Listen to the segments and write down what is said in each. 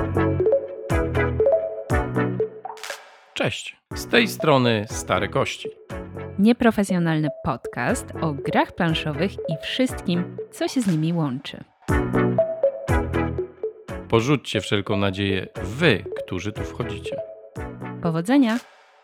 Cześć, z tej strony Stare Kości. Nieprofesjonalny podcast o grach planszowych i wszystkim, co się z nimi łączy. Porzućcie wszelką nadzieję wy, którzy tu wchodzicie. Powodzenia!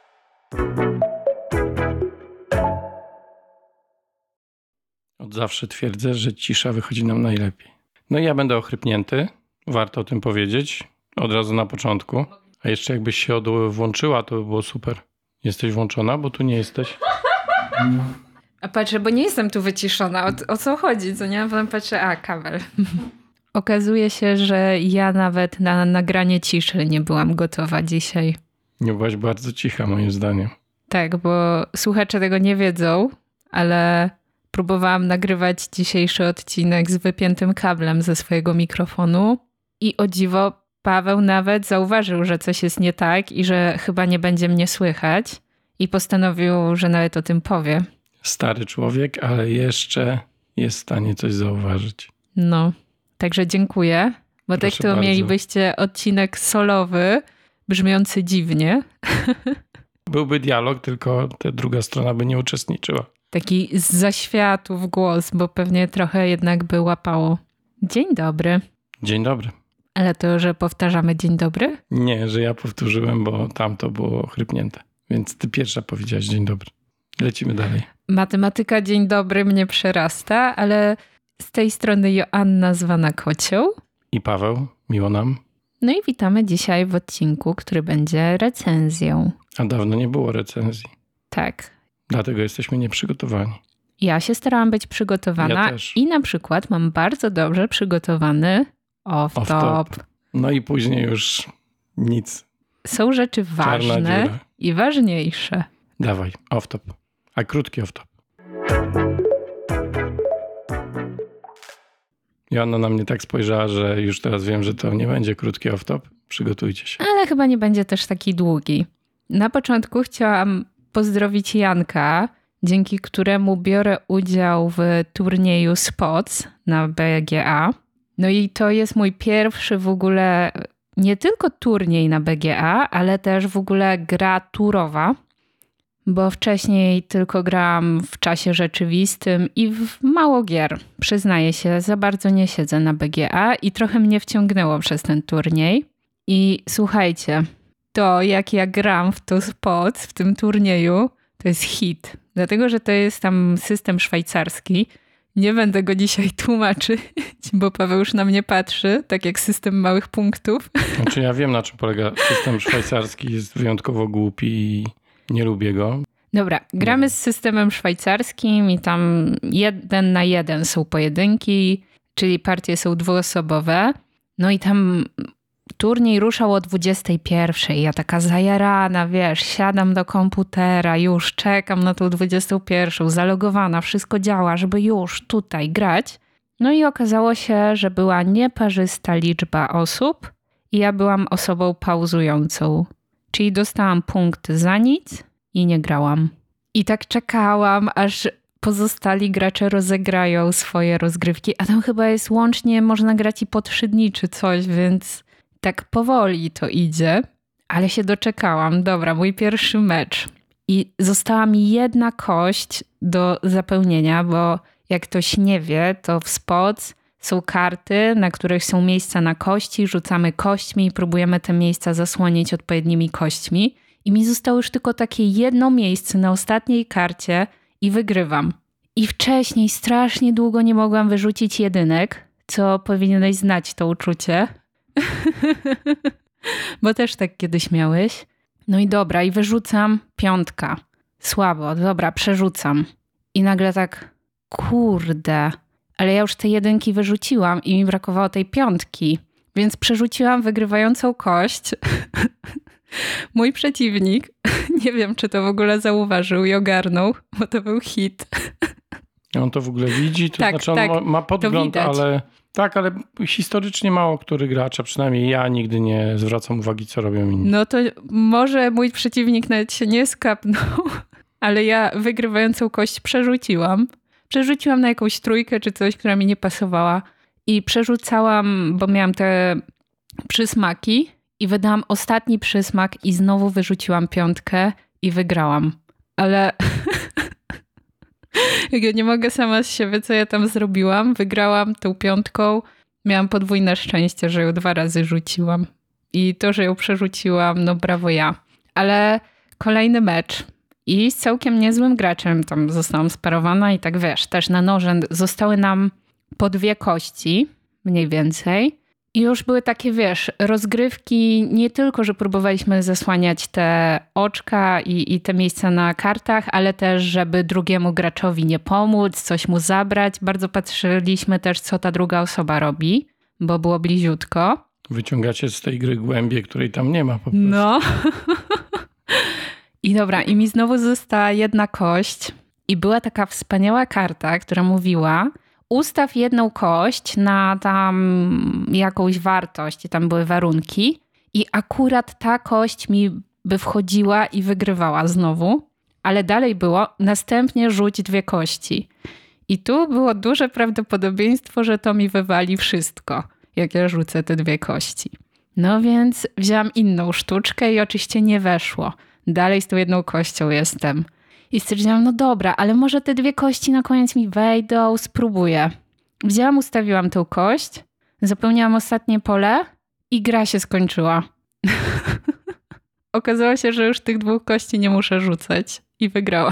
Od zawsze twierdzę, że cisza wychodzi nam najlepiej. No i ja będę ochrypnięty, warto o tym powiedzieć, od razu na początku. A jeszcze jakbyś się włączyła, to by było super. Jesteś włączona, bo tu nie jesteś. A patrzę, bo nie jestem tu wyciszona. O co chodzi? Co nie? A potem patrzę, kabel. Okazuje się, że ja nawet na nagranie ciszy nie byłam gotowa dzisiaj. Nie byłaś bardzo cicha, moim zdaniem. Tak, bo słuchacze tego nie wiedzą, ale próbowałam nagrywać dzisiejszy odcinek z wypiętym kablem ze swojego mikrofonu i o dziwo Paweł nawet zauważył, że coś jest nie tak i że chyba nie będzie mnie słychać i postanowił, że nawet o tym powie. Stary człowiek, ale jeszcze jest w stanie coś zauważyć. No, także dziękuję, bo Proszę tak to bardzo. mielibyście odcinek solowy, brzmiący dziwnie. Byłby dialog, tylko ta druga strona by nie uczestniczyła. Taki z zaświatów głos, bo pewnie trochę jednak by łapało. Dzień dobry. Dzień dobry. Ale to, że powtarzamy dzień dobry? Nie, że ja powtórzyłem, bo tamto było chrypnięte. Więc ty pierwsza powiedziałaś dzień dobry. Lecimy dalej. Matematyka dzień dobry mnie przerasta, ale z tej strony Joanna zwana Kocią. I Paweł, miło nam. No i witamy dzisiaj w odcinku, który będzie recenzją. A dawno nie było recenzji. Tak. Dlatego jesteśmy nieprzygotowani. Ja się starałam być przygotowana Ja też. i na przykład mam bardzo dobrze przygotowany off-top. No i później już nic. Są rzeczy Czarna ważne dziura. i ważniejsze. Dawaj, off-top. A krótki off-top. Joanna na mnie tak spojrzała, że już teraz wiem, że to nie będzie krótki off-top. Przygotujcie się. Ale chyba nie będzie też taki długi. Na początku chciałam pozdrowić Janka, dzięki któremu biorę udział w turnieju SPOC na BGA. No i to jest mój pierwszy w ogóle nie tylko turniej na BGA, ale też w ogóle gra turowa, bo wcześniej tylko grałam w czasie rzeczywistym i w mało gier. Przyznaję się, za bardzo nie siedzę na BGA i trochę mnie wciągnęło przez ten turniej. I słuchajcie, to jak ja gram w to SPOC w tym turnieju, to jest hit. Dlatego, że to jest tam system szwajcarski. Nie będę go dzisiaj tłumaczyć, bo Paweł już na mnie patrzy, tak jak system małych punktów. Znaczy ja wiem, na czym polega system szwajcarski. Jest wyjątkowo głupi i nie lubię go. Dobra, gramy z systemem szwajcarskim i tam 1 na 1 są pojedynki, czyli partie są dwuosobowe. No i tam turniej ruszał o 21:00. Ja taka zajarana, wiesz, siadam do komputera, już czekam na tą 21:00, zalogowana, wszystko działa, żeby już tutaj grać. No i okazało się, że była nieparzysta liczba osób i ja byłam osobą pauzującą. Czyli dostałam punkt za nic i nie grałam. I tak czekałam, aż pozostali gracze rozegrają swoje rozgrywki, a tam chyba jest łącznie, można grać i po 3 dni czy coś, więc tak powoli to idzie, ale się doczekałam. Dobra, mój pierwszy mecz. I została mi 1 kość do zapełnienia, bo jak ktoś nie wie, to w SPOC są karty, na których są miejsca na kości, rzucamy kośćmi i próbujemy te miejsca zasłonić odpowiednimi kośćmi. I mi zostało już tylko takie 1 miejsce na ostatniej karcie i wygrywam. I wcześniej strasznie długo nie mogłam wyrzucić jedynek, co powinieneś znać to uczucie. Bo też tak kiedyś miałeś. No i dobra, i wyrzucam 5. Słabo, dobra, przerzucam. I nagle tak, kurde, ale ja już te 1 wyrzuciłam i mi brakowało tej 5. Więc przerzuciłam wygrywającą kość. Mój przeciwnik, nie wiem, czy to w ogóle zauważył i ogarnął, bo to był hit. On to w ogóle widzi, to Tak, znaczy on ma podgląd, ale tak, ale historycznie mało który gracz, a przynajmniej ja nigdy nie zwracam uwagi, co robią inni. No to może mój przeciwnik nawet się nie skapnął, ale ja wygrywającą kość przerzuciłam. Przerzuciłam na jakąś 3 czy coś, która mi nie pasowała i przerzucałam, bo miałam te przysmaki i wydałam ostatni przysmak i znowu wyrzuciłam 5 i wygrałam. Ale ja nie mogę sama z siebie, co ja tam zrobiłam. Wygrałam tą 5. Miałam podwójne szczęście, że ją 2 razy rzuciłam. I to, że ją przerzuciłam, no brawo ja. Ale kolejny mecz i z całkiem niezłym graczem tam zostałam sparowana i tak wiesz, też na noże zostały nam po 2 kości, mniej więcej. I już były takie, wiesz, rozgrywki, nie tylko, że próbowaliśmy zasłaniać te oczka i te miejsca na kartach, ale też, żeby drugiemu graczowi nie pomóc, coś mu zabrać. Bardzo patrzyliśmy też, co ta druga osoba robi, bo było bliziutko. Wyciągacie z tej gry głębię, której tam nie ma po prostu. No. I dobra, i mi znowu została 1 kość i była taka wspaniała karta, która mówiła: ustaw 1 kość na tam jakąś wartość i tam były warunki i akurat ta kość mi by wchodziła i wygrywała znowu, ale dalej było: następnie rzuć 2 kości. I tu było duże prawdopodobieństwo, że to mi wywali wszystko, jak ja rzucę te 2 kości. No więc wzięłam inną sztuczkę i oczywiście nie weszło. Dalej z tą 1 kością jestem. I stwierdziłam, no dobra, ale może te 2 kości na koniec mi wejdą, spróbuję. Wzięłam, ustawiłam tą kość, zapełniłam ostatnie pole i gra się skończyła. Okazało się, że już tych 2 kości nie muszę rzucać i wygrałam.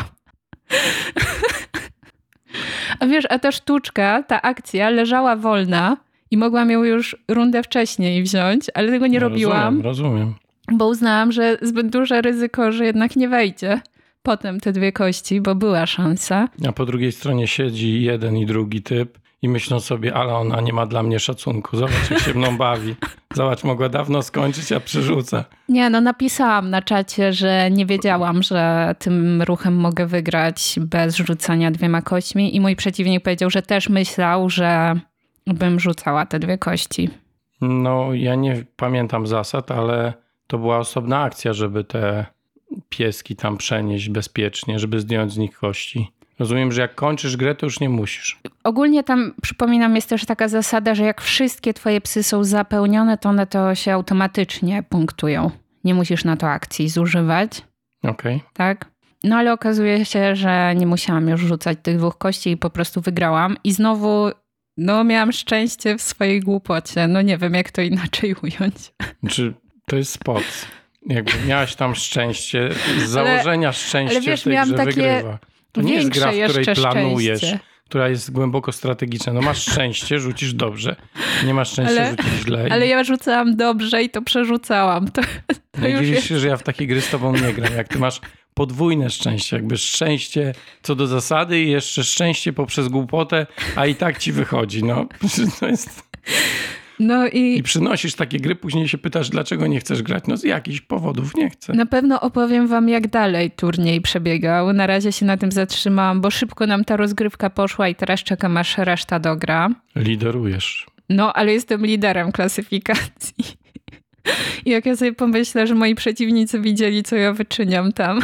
A wiesz, a ta sztuczka, ta akcja leżała wolna i mogłam ją już rundę wcześniej wziąć, ale tego nie robiłam. Rozumiem. Bo uznałam, że zbyt duże ryzyko, że jednak nie wejdzie potem te 2 kości, bo była szansa. A po drugiej stronie siedzi jeden i drugi typ i myślą sobie, ale ona nie ma dla mnie szacunku. Zobacz, jak się mną bawi. Zobacz, mogła dawno skończyć, a przerzuca. Nie, no napisałam na czacie, że nie wiedziałam, że tym ruchem mogę wygrać bez rzucania 2 kośćmi i mój przeciwnik powiedział, że też myślał, że bym rzucała te 2 kości. No, ja nie pamiętam zasad, ale to była osobna akcja, żeby te pieski tam przenieść bezpiecznie, żeby zdjąć z nich kości. Rozumiem, że jak kończysz grę, to już nie musisz. Ogólnie tam, przypominam, jest też taka zasada, że jak wszystkie twoje psy są zapełnione, to one to się automatycznie punktują. Nie musisz na to akcji zużywać. Okej. Tak? No ale okazuje się, że nie musiałam już rzucać tych 2 kości i po prostu wygrałam. I znowu, no miałam szczęście w swojej głupocie. No nie wiem, jak to inaczej ująć. Znaczy, to jest spot. Jakby miałaś tam szczęście, z założenia szczęście ale wiesz, w tej miałam grze takie wygrywa. To nie jest gra, w której jeszcze planujesz, szczęście. która jest głęboko strategiczna. No masz szczęście, rzucisz dobrze. Nie masz szczęścia, rzucisz źle. Ale ja rzucałam dobrze i to przerzucałam. To Nie już dziwisz jest... się, że ja w takie gry z tobą nie gram. Jak ty masz podwójne szczęście, jakby szczęście co do zasady i jeszcze szczęście poprzez głupotę, a i tak ci wychodzi. No, to jest... No I przynosisz takie gry, później się pytasz, dlaczego nie chcesz grać. No z jakichś powodów nie chcę. Na pewno opowiem wam, jak dalej turniej przebiegał. Na razie się na tym zatrzymałam, bo szybko nam ta rozgrywka poszła i teraz czekam, aż reszta dogra. Liderujesz. No, ale jestem liderem klasyfikacji. I jak ja sobie pomyślę, że moi przeciwnicy widzieli, co ja wyczyniam tam.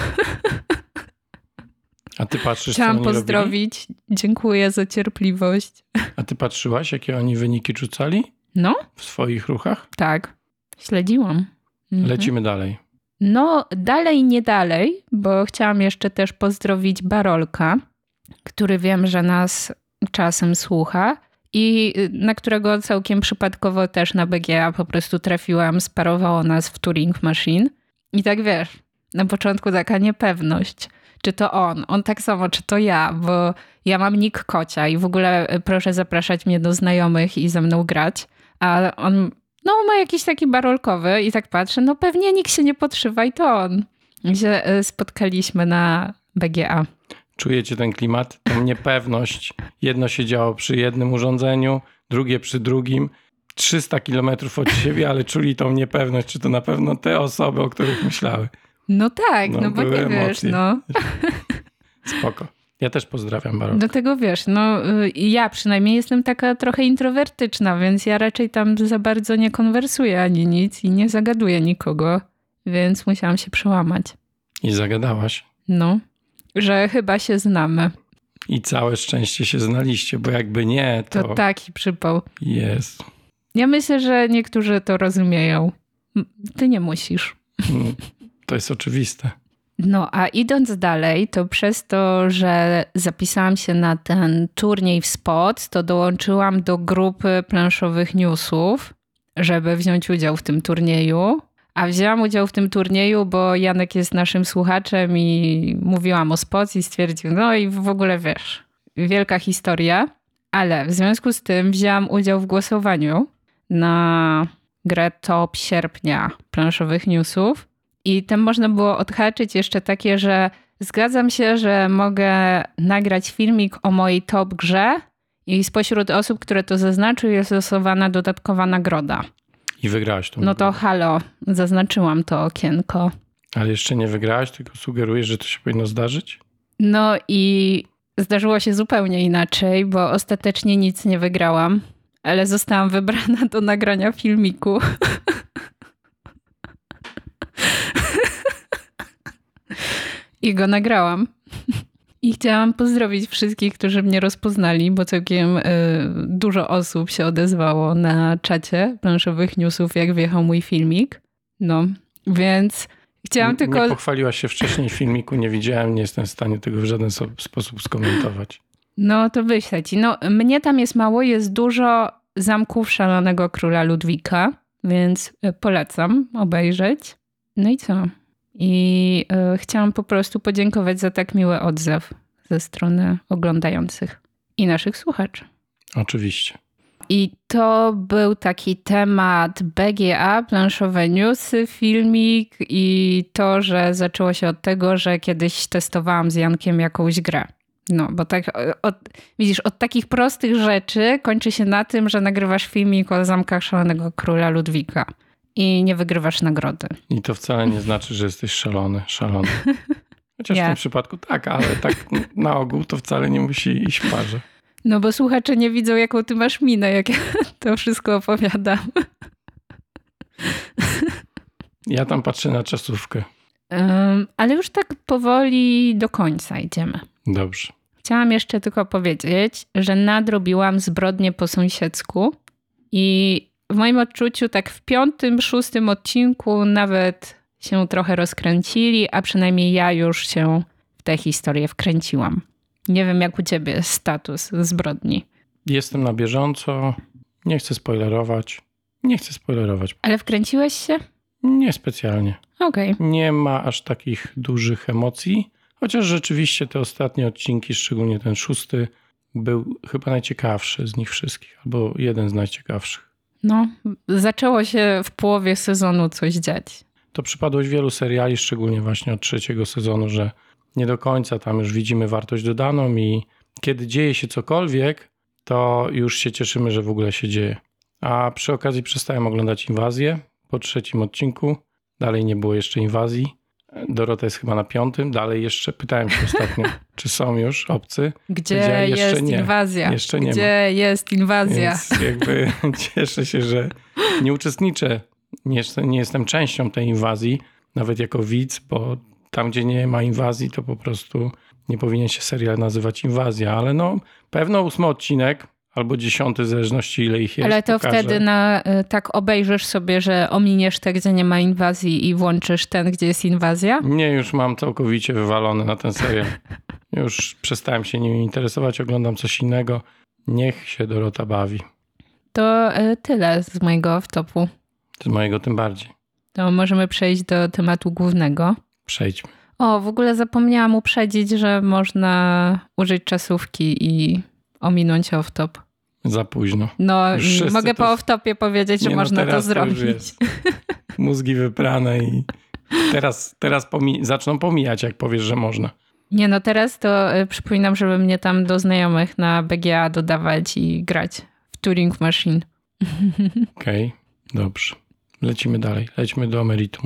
A ty patrzysz, Chciałam co oni pozdrowić. Dziękuję za cierpliwość. A ty patrzyłaś, jakie oni wyniki rzucali No, w swoich ruchach? tak. Śledziłam. Mhm. Lecimy dalej. No, dalej, nie dalej, bo chciałam jeszcze też pozdrowić Barolka, który wiem, że nas czasem słucha i na którego całkiem przypadkowo też na BGA po prostu trafiłam, sparowało nas w Turing Machine. I tak wiesz, na początku taka niepewność, czy to on tak samo, czy to ja, bo ja mam nick Kocia i w ogóle proszę zapraszać mnie do znajomych i ze mną grać, a on ma jakiś taki barolkowy i tak patrzę, no pewnie nikt się nie podszywa i to on. I się spotkaliśmy na BGA. Czujecie ten klimat? Tę niepewność. Jedno się działo przy jednym urządzeniu, drugie przy drugim. 300 kilometrów od siebie, ale czuli tą niepewność, czy to na pewno te osoby, o których myślały. No tak, no bo były nie wiesz, emocje. no. Spoko. Ja też pozdrawiam Barolka. Dlatego wiesz, no ja przynajmniej jestem taka trochę introwertyczna, więc ja raczej tam za bardzo nie konwersuję ani nic i nie zagaduję nikogo, więc musiałam się przełamać. I zagadałaś. No, że chyba się znamy. I całe szczęście się znaliście, bo jakby nie, to... To taki przypał. Jest. Ja myślę, że niektórzy to rozumieją. Ty nie musisz. To jest oczywiste. No a idąc dalej, to przez to, że zapisałam się na ten turniej w Spot, to dołączyłam do grupy planszowych newsów, żeby wziąć udział w tym turnieju. A wzięłam udział w tym turnieju, bo Janek jest naszym słuchaczem i mówiłam o Spot i stwierdził, no i w ogóle wiesz, wielka historia. Ale w związku z tym wzięłam udział w głosowaniu na grę top sierpnia planszowych newsów. I tam można było odhaczyć jeszcze takie, że zgadzam się, że mogę nagrać filmik o mojej top grze i spośród osób, które to zaznaczyły, jest losowana dodatkowa nagroda. I wygrałaś tą No to nagrodę. halo, zaznaczyłam to okienko. Ale jeszcze nie wygrałaś, tylko sugerujesz, że to się powinno zdarzyć? No i zdarzyło się zupełnie inaczej, bo ostatecznie nic nie wygrałam, ale zostałam wybrana do nagrania filmiku. I go nagrałam. I chciałam pozdrowić wszystkich, którzy mnie rozpoznali, bo całkiem dużo osób się odezwało na czacie planszowych newsów, jak wjechał mój filmik. No, więc chciałam tylko... Nie pochwaliłaś się wcześniej w filmiku, nie widziałem, nie jestem w stanie tego w żaden sposób skomentować. No to wyślę ci. No, mnie tam jest mało, jest dużo zamków Szalonego Króla Ludwika, więc polecam obejrzeć. No i co? I chciałam po prostu podziękować za tak miły odzew ze strony oglądających i naszych słuchaczy. Oczywiście. I to był taki temat BGA, planszowe newsy, filmik i to, że zaczęło się od tego, że kiedyś testowałam z Jankiem jakąś grę. No, bo tak, widzisz, od takich prostych rzeczy kończy się na tym, że nagrywasz filmik o zamkach Szalonego Króla Ludwika i nie wygrywasz nagrody. I to wcale nie znaczy, że jesteś szalony. Chociaż Nie. w tym przypadku tak, ale tak na ogół to wcale nie musi iść w parze. No bo słuchacze nie widzą, jaką ty masz minę, jak ja to wszystko opowiadam. Ja tam patrzę na czasówkę. Ale już tak powoli do końca idziemy. Dobrze. Chciałam jeszcze tylko powiedzieć, że nadrobiłam Zbrodnię po sąsiedzku i w moim odczuciu tak w 5., 6. odcinku nawet się trochę rozkręcili, a przynajmniej ja już się w tę historię wkręciłam. Nie wiem, jak u ciebie jest status Zbrodni. Jestem na bieżąco. Nie chcę spoilerować. Ale wkręciłeś się? Niespecjalnie. Okej. Nie ma aż takich dużych emocji. Chociaż rzeczywiście te ostatnie odcinki, szczególnie ten 6, był chyba najciekawszy z nich wszystkich. Albo jeden z najciekawszych. No, zaczęło się w połowie sezonu coś dziać. To przypadłość wielu seriali, szczególnie właśnie od 3. sezonu, że nie do końca tam już widzimy wartość dodaną i kiedy dzieje się cokolwiek, to już się cieszymy, że w ogóle się dzieje. A przy okazji przestałem oglądać Inwazję po 3. odcinku. Dalej nie było jeszcze inwazji. Dorota jest chyba na 5. Dalej jeszcze pytałem się ostatnio, czy są już obcy. Gdzie Jeszcze jest nie. inwazja? Jeszcze nie Gdzie jest inwazja? Więc jakby cieszę się, że nie uczestniczę. Nie jestem częścią tej inwazji, nawet jako widz, bo tam, gdzie nie ma inwazji, to po prostu nie powinien się serial nazywać Inwazja. Ale no, pewno 8. odcinek albo 10, w zależności ile ich jest. Ale to pokaże. wtedy tak obejrzysz sobie, że ominiesz te, gdzie nie ma inwazji i włączysz ten, gdzie jest inwazja? Nie, już mam całkowicie wywalony na ten serial. Już przestałem się nim interesować, oglądam coś innego. Niech się Dorota bawi. To tyle z mojego wtopu. Z mojego tym bardziej. To możemy przejść do tematu głównego. Przejdźmy. O, w ogóle zapomniałam uprzedzić, że można użyć czasówki i ominąć off-top. Za późno. No, Już wszyscy mogę to- po off-topie powiedzieć, że Nie, no można to teraz zrobić. już jest. Mózgi wyprane i teraz zaczną pomijać, jak powiesz, że można. Nie, no teraz to przypominam, żeby mnie tam do znajomych na BGA dodawać i grać w Turing Machine. Okej, dobrze. Lecimy dalej. Lećmy do meritum.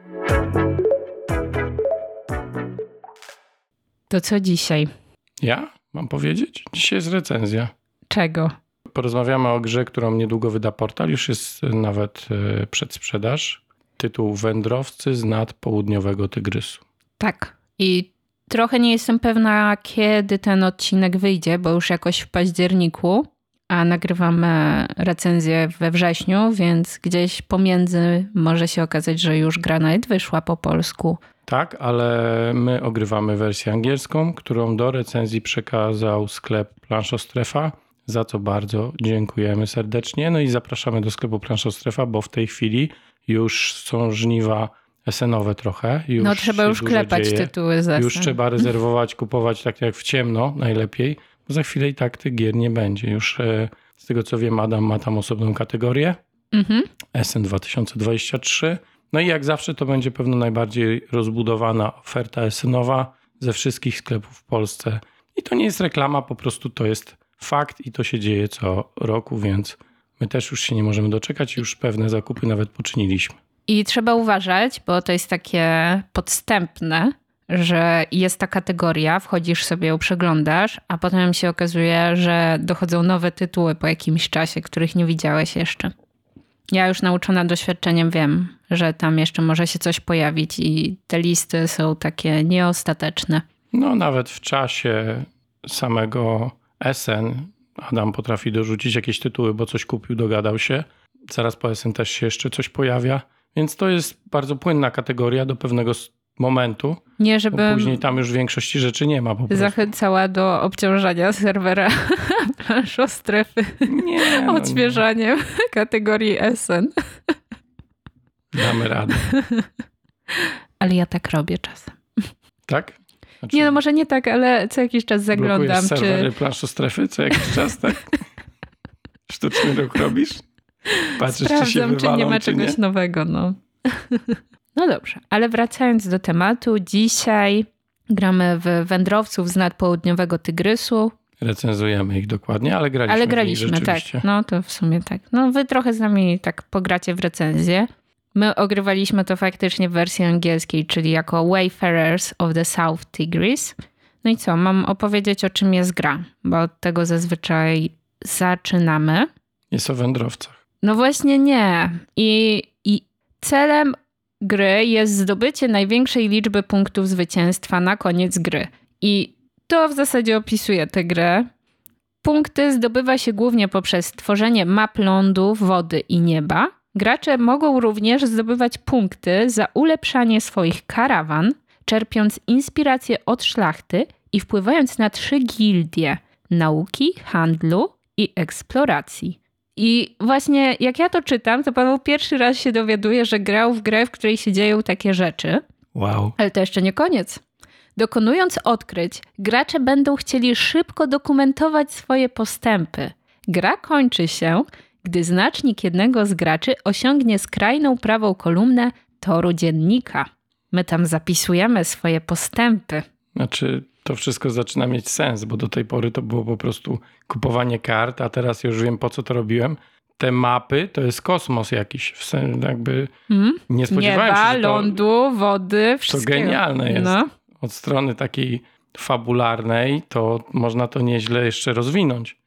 To co dzisiaj? Ja mam powiedzieć? Dzisiaj jest recenzja. Czego? Porozmawiamy o grze, którą niedługo wyda portal. Już jest nawet przedsprzedaż. Tytuł Wędrowcy z nad południowego Tygrysu. Tak. I trochę nie jestem pewna, kiedy ten odcinek wyjdzie, bo już jakoś w październiku, a nagrywamy recenzję we wrześniu, więc gdzieś pomiędzy może się okazać, że już gra nawet wyszła po polsku. Tak, ale my ogrywamy wersję angielską, którą do recenzji przekazał sklep Planszostrefa, za co bardzo dziękujemy serdecznie. No i zapraszamy do sklepu Planszostrefa, bo w tej chwili już są żniwa SN-owe trochę. Już trzeba już klepać tytuły z SN. Już trzeba rezerwować, kupować tak jak w ciemno najlepiej, bo za chwilę i tak tych gier nie będzie. Już z tego co wiem, Adam ma tam osobną kategorię. SN 2023. No i jak zawsze to będzie pewno najbardziej rozbudowana oferta SN-owa ze wszystkich sklepów w Polsce. I to nie jest reklama, po prostu to jest fakt i to się dzieje co roku, więc my też już się nie możemy doczekać. Już pewne zakupy nawet poczyniliśmy. I trzeba uważać, bo to jest takie podstępne, że jest ta kategoria, wchodzisz sobie, ją przeglądasz, a potem się okazuje, że dochodzą nowe tytuły po jakimś czasie, których nie widziałeś jeszcze. Ja już nauczona doświadczeniem wiem, że tam jeszcze może się coś pojawić i te listy są takie nieostateczne. No nawet w czasie samego SN Adam potrafi dorzucić jakieś tytuły, bo coś kupił, dogadał się. Zaraz po SN też się jeszcze coś pojawia, więc to jest bardzo płynna kategoria do pewnego momentu. Nie, żeby Później tam już większości rzeczy nie ma po prostu. Zachęcała do obciążania serwera Planszostrefy odświeżaniem kategorii SN. Damy radę. Ale ja tak robię czasem. Tak? Znaczy, Nie, no może nie tak, ale co jakiś czas zaglądam. serwery Planszostefy co jakiś czas, tak? Sztuczny ruch robisz? Patrzysz, Sprawdzam, czy się wywalą, czy nie ma czegoś nowego. No dobrze, ale wracając do tematu, dzisiaj gramy w Wędrowców z nadpołudniowego Tygrysu. Recenzujemy ich dokładnie, ale graliśmy tak. No to w sumie tak. No wy trochę z nami tak pogracie w recenzję. My ogrywaliśmy to faktycznie w wersji angielskiej, czyli jako Wayfarers of the South Tigris. No i co, mam opowiedzieć, o czym jest gra, bo od tego zazwyczaj zaczynamy. Jest o wędrowcach. No właśnie nie. I celem gry jest zdobycie największej liczby punktów zwycięstwa na koniec gry. I to w zasadzie opisuje tę grę. Punkty zdobywa się głównie poprzez tworzenie map lądu, wody i nieba. Gracze mogą również zdobywać punkty za ulepszanie swoich karawan, czerpiąc inspirację od szlachty i wpływając na 3 gildie nauki, handlu i eksploracji. I właśnie jak ja to czytam, to Paweł pierwszy raz się dowiaduje, że grał w grę, w której się dzieją takie rzeczy. Wow. Ale to jeszcze nie koniec. Dokonując odkryć, gracze będą chcieli szybko dokumentować swoje postępy. Gra kończy się, gdy znacznik jednego z graczy osiągnie skrajną prawą kolumnę toru dziennika. My tam zapisujemy swoje postępy. Znaczy, to wszystko zaczyna mieć sens, bo do tej pory to było po prostu kupowanie kart, a teraz już wiem, po co to robiłem. Te mapy to jest kosmos jakiś. W sensie jakby nie spodziewałem Nieba, się, że to, lądu, wody, wszystkiego. To genialne jest. No. Od strony takiej fabularnej to można to nieźle jeszcze rozwinąć.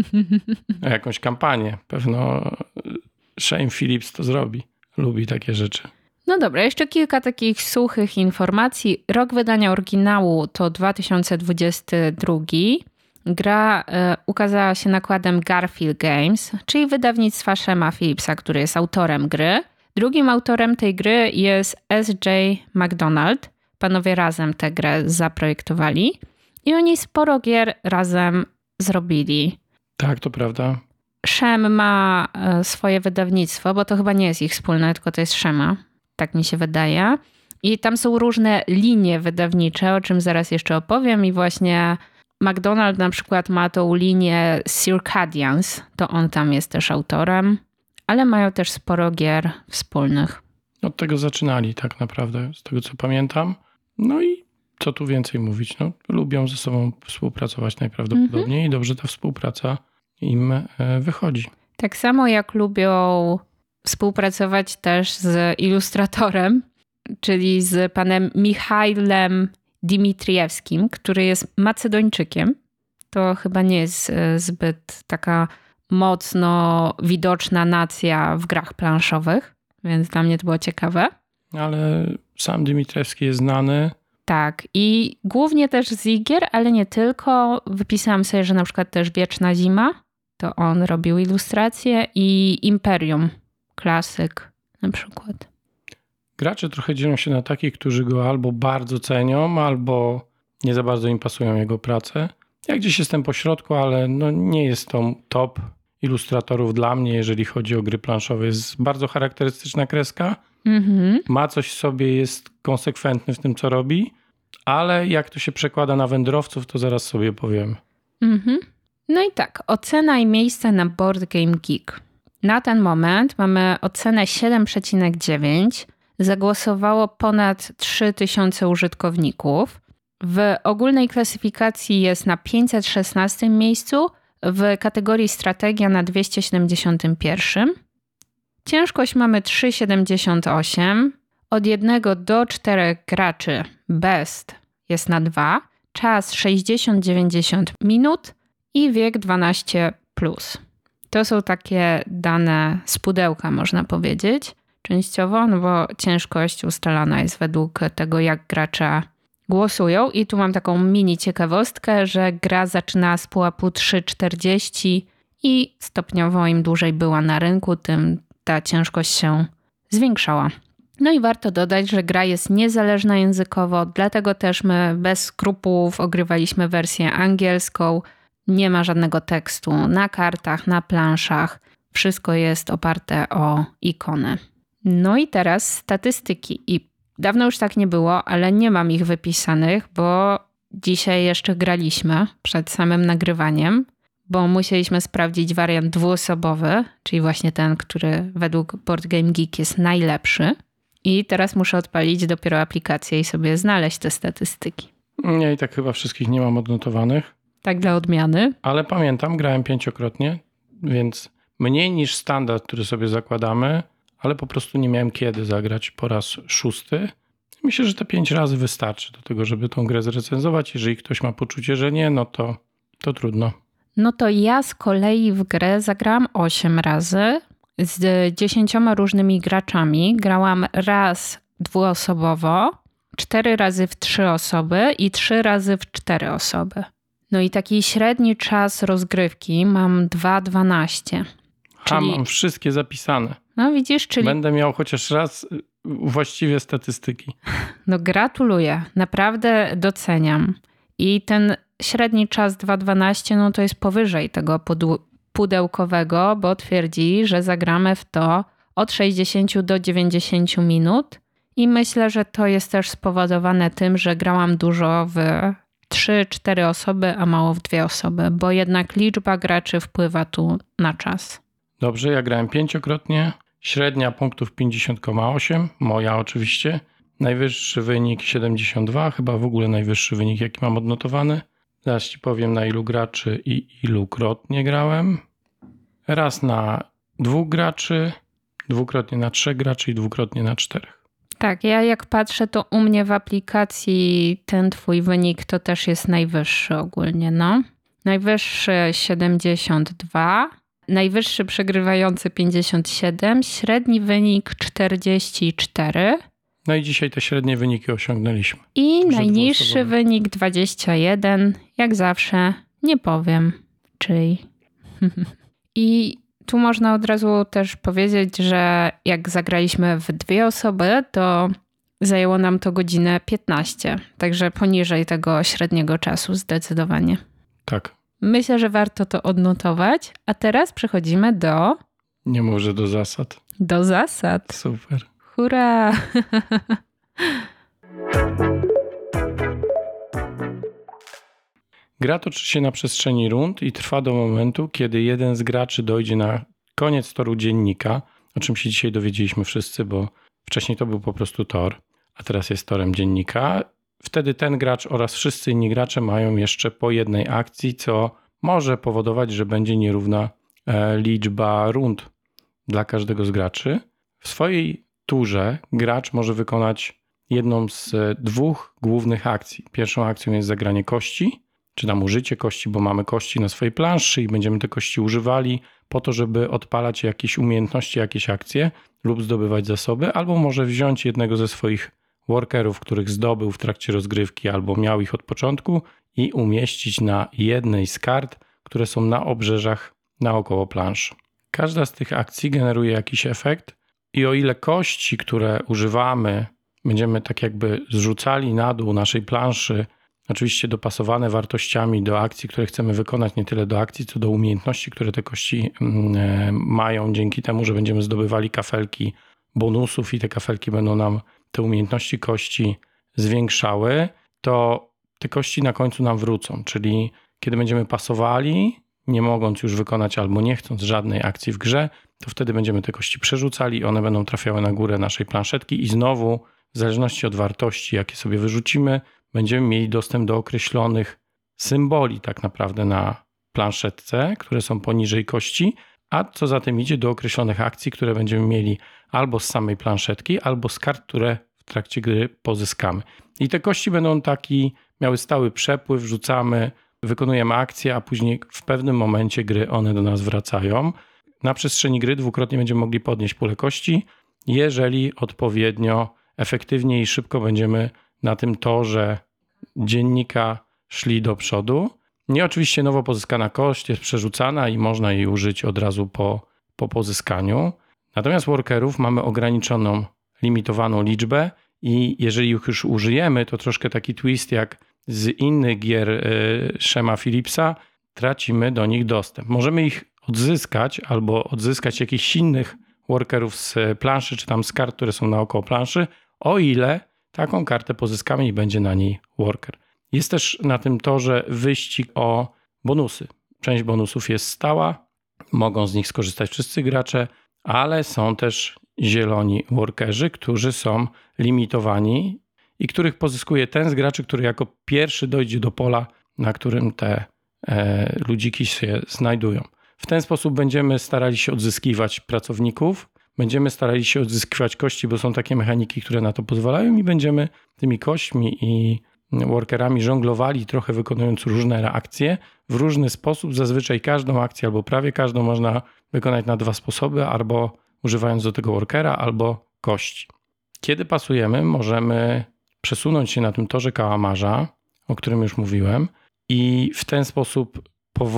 Jakąś kampanię. Pewno Shane Phillips to zrobi. Lubi takie rzeczy. No dobra, jeszcze kilka takich suchych informacji. Rok wydania oryginału to 2022. Gra ukazała się nakładem Garfield Games, czyli wydawnictwa Shema Phillipsa, który jest autorem gry. Drugim autorem tej gry jest S.J. McDonald. Panowie razem tę grę zaprojektowali i oni sporo gier razem zrobili. Tak, to prawda. Shem ma swoje wydawnictwo, bo to chyba nie jest ich wspólne, tylko to jest Shema. Tak mi się wydaje. I tam są różne linie wydawnicze, o czym zaraz jeszcze opowiem. I właśnie McDonald na przykład ma tą linię Circadians, to on tam jest też autorem, ale mają też sporo gier wspólnych. Od tego zaczynali tak naprawdę, z tego co pamiętam. No i co tu więcej mówić? No, lubią ze sobą współpracować najprawdopodobniej i dobrze ta współpraca im wychodzi. Tak samo jak lubią współpracować też z ilustratorem, czyli z panem Michałem Dimitriewskim, który jest Macedończykiem. To chyba nie jest zbyt taka mocno widoczna nacja w grach planszowych, więc dla mnie to było ciekawe. Ale sam Dimitriewski jest znany. Tak, i głównie też z gier, ale nie tylko. Wypisałam sobie, że na przykład też Wieczna Zima to on robił ilustracje i Imperium, klasyk na przykład. Gracze trochę dzielą się na takich, którzy go albo bardzo cenią, albo nie za bardzo im pasują jego prace. Ja gdzieś jestem po środku, ale no nie jest to top ilustratorów dla mnie, jeżeli chodzi o gry planszowe. Jest bardzo charakterystyczna kreska, ma coś w sobie, jest konsekwentny w tym, co robi, ale jak to się przekłada na wędrowców, to zaraz sobie powiem. No i tak, ocena i miejsce na Board Game Geek. Na ten moment mamy ocenę 7,9. Zagłosowało ponad 3000 użytkowników. W ogólnej klasyfikacji jest na 516 miejscu, w kategorii strategia na 271. Ciężkość mamy 3,78. Od 1 do 4 graczy best jest na 2. Czas 60-90 minut i wiek 12+. To są takie dane z pudełka, można powiedzieć, częściowo, no bo ciężkość ustalana jest według tego, jak gracze głosują. I tu mam taką mini ciekawostkę, że gra zaczyna z pułapu 3,40 i stopniowo im dłużej była na rynku, tym ta ciężkość się zwiększała. No i warto dodać, że gra jest niezależna językowo, dlatego też my bez skrupułów ogrywaliśmy wersję angielską. Nie ma żadnego tekstu na kartach, na planszach. Wszystko jest oparte o ikony. No i teraz statystyki. I dawno już tak nie było, ale nie mam ich wypisanych, bo dzisiaj jeszcze graliśmy przed samym nagrywaniem, bo musieliśmy sprawdzić wariant dwuosobowy, czyli właśnie ten, który według Board Game Geek jest najlepszy. I teraz muszę odpalić dopiero aplikację i sobie znaleźć te statystyki. Ja i tak chyba wszystkich nie mam odnotowanych. Tak dla odmiany. Ale pamiętam, grałem 5-krotnie, więc mniej niż standard, który sobie zakładamy, ale po prostu nie miałem kiedy zagrać po raz 6. Myślę, że te 5 razy wystarczy do tego, żeby tą grę zrecenzować. Jeżeli ktoś ma poczucie, że nie, no to trudno. No to ja z kolei w grę zagrałam 8 razy z 10 różnymi graczami. Grałam raz dwuosobowo, 4 razy w 3 osoby i 3 razy w 4 osoby. No i taki średni czas rozgrywki mam 2,12. Czyli... Mam wszystkie zapisane. No widzisz, czyli... Będę miał chociaż raz właściwie statystyki. No gratuluję, naprawdę doceniam. I ten średni czas 2,12 no to jest powyżej tego pudełkowego, bo twierdzi, że zagramy w to od 60 do 90 minut. I myślę, że to jest też spowodowane tym, że grałam dużo w 3-4 osoby, a mało w 2 osoby, bo jednak liczba graczy wpływa tu na czas. Dobrze, ja grałem 5-krotnie. Średnia punktów 50,8. Moja oczywiście. Najwyższy wynik 72. Chyba w ogóle najwyższy wynik, jaki mam odnotowany. Zaraz ci powiem, na ilu graczy i ilukrotnie grałem. Raz na 2 graczy, dwukrotnie na 3 graczy i dwukrotnie na 4. Tak, ja jak patrzę, to u mnie w aplikacji ten twój wynik to też jest najwyższy ogólnie, no. Najwyższy 72, najwyższy przegrywający 57, średni wynik 44. No i dzisiaj te średnie wyniki osiągnęliśmy. I najniższy wynik 21, jak zawsze, nie powiem czyj. I tu można od razu też powiedzieć, że jak zagraliśmy w 2 osoby, to zajęło nam to godzinę 15. Także poniżej tego średniego czasu zdecydowanie. Tak. Myślę, że warto to odnotować. A teraz przechodzimy do... Nie mów, że do zasad. Do zasad. Super. Hurra! Gra toczy się na przestrzeni rund i trwa do momentu, kiedy jeden z graczy dojdzie na koniec toru dziennika, o czym się dzisiaj dowiedzieliśmy wszyscy, bo wcześniej to był po prostu tor, a teraz jest torem dziennika. Wtedy ten gracz oraz wszyscy inni gracze mają jeszcze po jednej akcji, co może powodować, że będzie nierówna liczba rund dla każdego z graczy. W swojej turze gracz może wykonać jedną z 2 głównych akcji. Pierwszą akcją jest zagranie kości, czy tam użycie kości, bo mamy kości na swojej planszy i będziemy te kości używali po to, żeby odpalać jakieś umiejętności, jakieś akcje lub zdobywać zasoby, albo może wziąć jednego ze swoich workerów, których zdobył w trakcie rozgrywki albo miał ich od początku i umieścić na jednej z kart, które są na obrzeżach naokoło planszy. Każda z tych akcji generuje jakiś efekt i o ile kości, które używamy, będziemy tak jakby zrzucali na dół naszej planszy, oczywiście dopasowane wartościami do akcji, które chcemy wykonać, nie tyle do akcji, co do umiejętności, które te kości mają dzięki temu, że będziemy zdobywali kafelki bonusów i te kafelki będą nam te umiejętności kości zwiększały, to te kości na końcu nam wrócą, czyli kiedy będziemy pasowali, nie mogąc już wykonać albo nie chcąc żadnej akcji w grze, to wtedy będziemy te kości przerzucali, one będą trafiały na górę naszej planszetki i znowu, w zależności od wartości, jakie sobie wyrzucimy, będziemy mieli dostęp do określonych symboli tak naprawdę na planszetce, które są poniżej kości, a co za tym idzie do określonych akcji, które będziemy mieli albo z samej planszetki, albo z kart, które w trakcie gry pozyskamy. I te kości będą miały stały przepływ, rzucamy, wykonujemy akcję, a później w pewnym momencie gry one do nas wracają. Na przestrzeni gry dwukrotnie będziemy mogli podnieść pulę kości, jeżeli odpowiednio efektywnie i szybko będziemy na tym torze dziennika szli do przodu. Nie oczywiście nowo pozyskana kość jest przerzucana i można jej użyć od razu po pozyskaniu. Natomiast workerów mamy ograniczoną, limitowaną liczbę i jeżeli ich już użyjemy, to troszkę taki twist jak z innych gier Shema Phillipsa, tracimy do nich dostęp. Możemy ich odzyskać albo odzyskać jakichś innych workerów z planszy, czy tam z kart, które są naokoło planszy, o ile taką kartę pozyskamy i będzie na niej worker. Jest też na tym torze wyścig o bonusy. Część bonusów jest stała, mogą z nich skorzystać wszyscy gracze, ale są też zieloni workerzy, którzy są limitowani i których pozyskuje ten z graczy, który jako pierwszy dojdzie do pola, na którym te ludziki się znajdują. W ten sposób będziemy starali się odzyskiwać pracowników, będziemy starali się odzyskiwać kości, bo są takie mechaniki, które na to pozwalają i będziemy tymi kośćmi i workerami żonglowali, trochę wykonując różne reakcje w różny sposób. Zazwyczaj każdą akcję albo prawie każdą można wykonać na dwa sposoby, albo używając do tego workera, albo kości. Kiedy pasujemy, możemy przesunąć się na tym torze kałamarza, o którym już mówiłem, i w ten sposób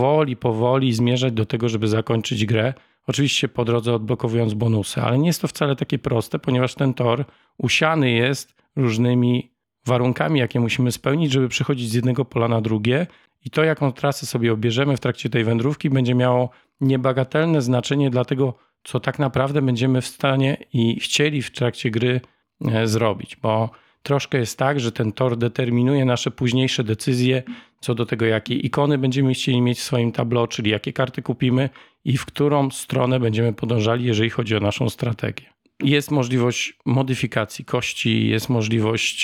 powoli zmierzać do tego, żeby zakończyć grę. Oczywiście po drodze odblokowując bonusy, ale nie jest to wcale takie proste, ponieważ ten tor usiany jest różnymi warunkami, jakie musimy spełnić, żeby przechodzić z jednego pola na drugie i to, jaką trasę sobie obierzemy w trakcie tej wędrówki, będzie miało niebagatelne znaczenie dla tego, co tak naprawdę będziemy w stanie i chcieli w trakcie gry zrobić, bo troszkę jest tak, że ten tor determinuje nasze późniejsze decyzje co do tego, jakie ikony będziemy chcieli mieć w swoim tableau, czyli jakie karty kupimy i w którą stronę będziemy podążali, jeżeli chodzi o naszą strategię. Jest możliwość modyfikacji kości, jest możliwość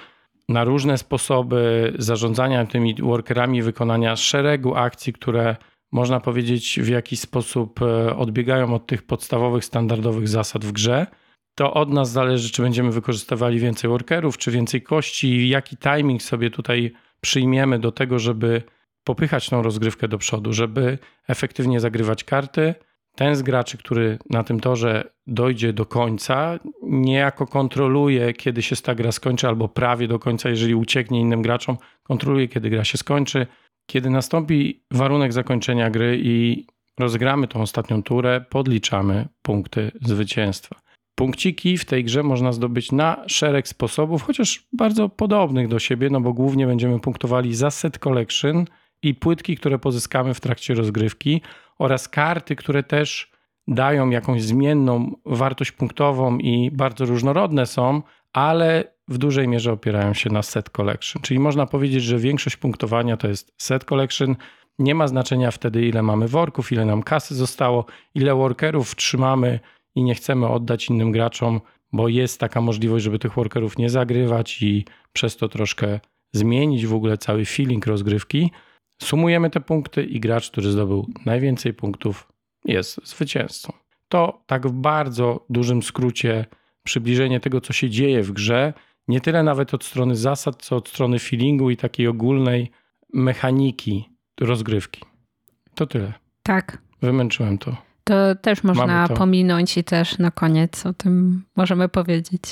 na różne sposoby zarządzania tymi workerami, wykonania szeregu akcji, które można powiedzieć w jakiś sposób odbiegają od tych podstawowych, standardowych zasad w grze. To od nas zależy, czy będziemy wykorzystywali więcej workerów, czy więcej kości, jaki timing sobie tutaj przyjmiemy do tego, żeby popychać tą rozgrywkę do przodu, żeby efektywnie zagrywać karty. Ten z graczy, który na tym torze dojdzie do końca, niejako kontroluje, kiedy się ta gra skończy, albo prawie do końca, jeżeli ucieknie innym graczom, kontroluje, kiedy gra się skończy. Kiedy nastąpi warunek zakończenia gry i rozgramy tą ostatnią turę, podliczamy punkty zwycięstwa. Punkciki w tej grze można zdobyć na szereg sposobów, chociaż bardzo podobnych do siebie, no bo głównie będziemy punktowali za set collection i płytki, które pozyskamy w trakcie rozgrywki oraz karty, które też dają jakąś zmienną wartość punktową i bardzo różnorodne są, ale w dużej mierze opierają się na set collection. Czyli można powiedzieć, że większość punktowania to jest set collection. Nie ma znaczenia wtedy, ile mamy worków, ile nam kasy zostało, ile workerów trzymamy i nie chcemy oddać innym graczom, bo jest taka możliwość, żeby tych workerów nie zagrywać i przez to troszkę zmienić w ogóle cały feeling rozgrywki. Sumujemy te punkty i gracz, który zdobył najwięcej punktów, jest zwycięzcą. To tak w bardzo dużym skrócie przybliżenie tego, co się dzieje w grze, nie tyle nawet od strony zasad, co od strony feelingu i takiej ogólnej mechaniki rozgrywki. To tyle. Tak. Wymęczyłem to. To też można Mamy to. pominąć i też na koniec o tym możemy powiedzieć.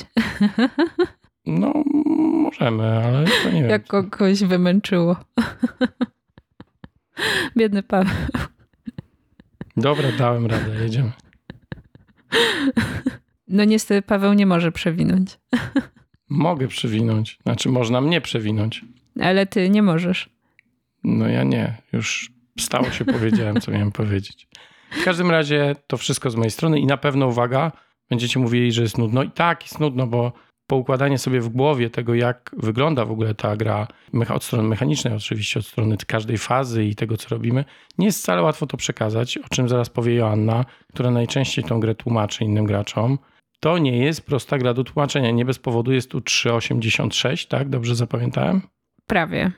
No, możemy, ale to nie wiem. Jak kogoś wymęczyło. Biedny Paweł. Dobra, dałem radę, jedziemy. No niestety Paweł nie może przewinąć. Mogę przewinąć, znaczy można mnie przewinąć. Ale ty nie możesz. No ja nie, już stało się, powiedziałem, co miałem powiedzieć. W każdym razie to wszystko z mojej strony i na pewno, uwaga, będziecie mówili, że jest nudno. I tak, jest nudno, bo poukładanie sobie w głowie tego, jak wygląda w ogóle ta gra, od strony mechanicznej oczywiście, od strony każdej fazy i tego, co robimy, nie jest wcale łatwo to przekazać, o czym zaraz powie Joanna, która najczęściej tą grę tłumaczy innym graczom. To nie jest prosta gra do tłumaczenia. Nie bez powodu jest tu 3,86, tak? Dobrze zapamiętałem? Prawie.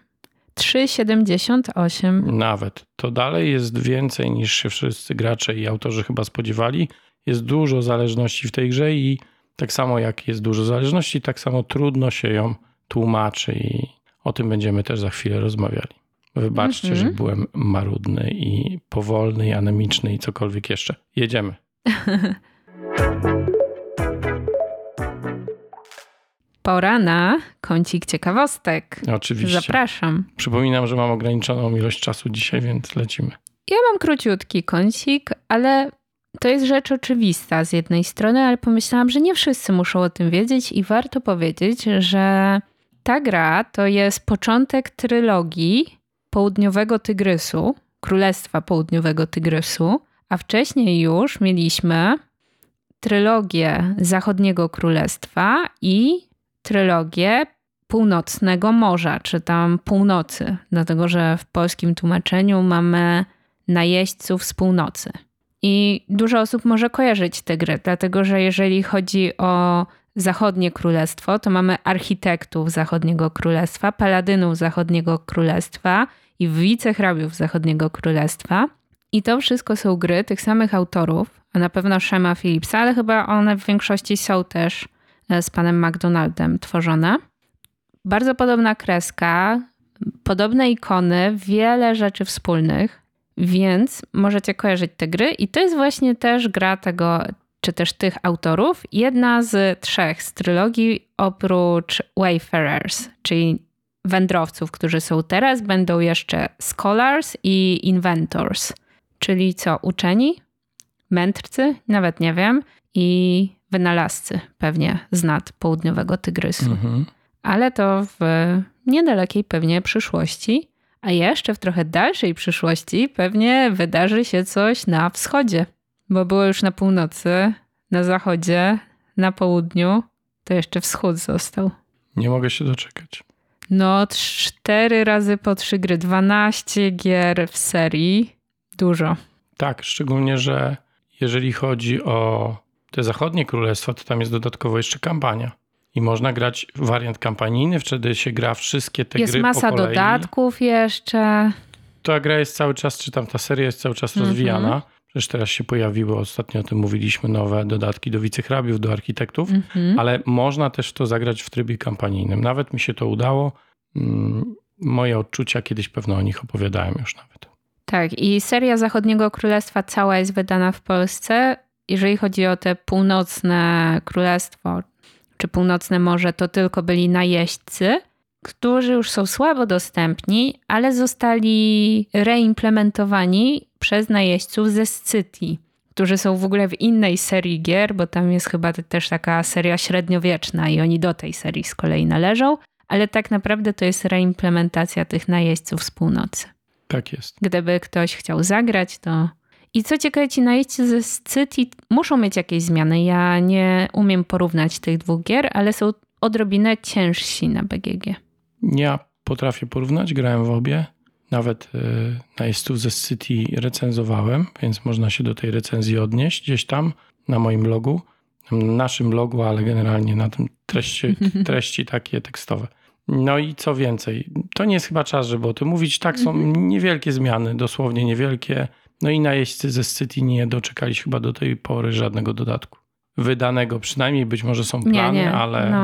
3,78. Nawet. To dalej jest więcej niż się wszyscy gracze i autorzy chyba spodziewali. Jest dużo zależności w tej grze i tak samo jak jest dużo zależności, tak samo trudno się ją tłumaczy i o tym będziemy też za chwilę rozmawiali. Wybaczcie, że byłem marudny i powolny i anemiczny i cokolwiek jeszcze. Jedziemy. Pora na kącik ciekawostek. Oczywiście. Zapraszam. Przypominam, że mam ograniczoną ilość czasu dzisiaj, więc lecimy. Ja mam króciutki kącik, ale to jest rzecz oczywista z jednej strony, ale pomyślałam, że nie wszyscy muszą o tym wiedzieć i warto powiedzieć, że ta gra to jest początek trylogii Południowego Tygrysu, Królestwa Południowego Tygrysu, a wcześniej już mieliśmy trylogię Zachodniego Królestwa i trylogię Północnego Morza, czy tam Północy, dlatego że w polskim tłumaczeniu mamy najeźdźców z północy. I dużo osób może kojarzyć tę grę, dlatego że jeżeli chodzi o Zachodnie Królestwo, to mamy architektów Zachodniego Królestwa, paladynów Zachodniego Królestwa i wicehrabiów Zachodniego Królestwa. I to wszystko są gry tych samych autorów, a na pewno Shema Phillipsa, ale chyba one w większości są też z panem McDonaldem tworzone. Bardzo podobna kreska, podobne ikony, wiele rzeczy wspólnych, więc możecie kojarzyć te gry i to jest właśnie też gra tego, czy też tych autorów. Jedna z 3 z trylogii oprócz Wayfarers, czyli wędrowców, którzy są teraz, będą jeszcze Scholars i Inventors, czyli co, uczeni, mędrcy, nawet nie wiem, i wynalazcy pewnie z nad Południowego Tygrysu. Ale to w niedalekiej pewnie przyszłości, a jeszcze w trochę dalszej przyszłości pewnie wydarzy się coś na wschodzie, bo było już na północy, na zachodzie, na południu, to jeszcze wschód został. Nie mogę się doczekać. No 4 razy po 3 gry, 12 gier w serii, dużo. Tak, szczególnie, że jeżeli chodzi o te zachodnie królestwa, to tam jest dodatkowo jeszcze kampania. I można grać wariant kampanijny, wtedy się gra wszystkie te jest gry po kolei. Jest masa dodatków jeszcze. Ta gra jest cały czas, czy tam ta seria jest cały czas rozwijana. Przecież teraz się pojawiły, ostatnio o tym mówiliśmy, nowe dodatki do wicehrabiów, do architektów, ale można też w to zagrać w trybie kampanijnym. Nawet mi się to udało. Moje odczucia, kiedyś pewno o nich opowiadałem już nawet. Tak, i seria Zachodniego Królestwa cała jest wydana w Polsce. Jeżeli chodzi o te północne królestwo, czy północne morze, to tylko byli najeźdźcy, którzy już są słabo dostępni, ale zostali reimplementowani przez najeźdźców ze Scytii, którzy są w ogóle w innej serii gier, bo tam jest chyba też taka seria średniowieczna i oni do tej serii z kolei należą, ale tak naprawdę to jest reimplementacja tych najeźdźców z północy. Tak jest. Gdyby ktoś chciał zagrać, to... I co ciekawe, ci najeźdźcy ze Scytii muszą mieć jakieś zmiany. Ja nie umiem porównać tych 2 gier, ale są odrobinę ciężsi na BGG. Ja potrafię porównać, grałem w obie. Nawet najeźdźców ze Scytii recenzowałem, więc można się do tej recenzji odnieść gdzieś tam na moim blogu. Na naszym blogu, ale generalnie na tym treści takie tekstowe. No i co więcej, to nie jest chyba czas, żeby o tym mówić. Tak, są niewielkie zmiany, dosłownie niewielkie. No i najeźdźcy ze Scytii nie doczekali się chyba do tej pory żadnego dodatku. Wydanego przynajmniej, być może są plany,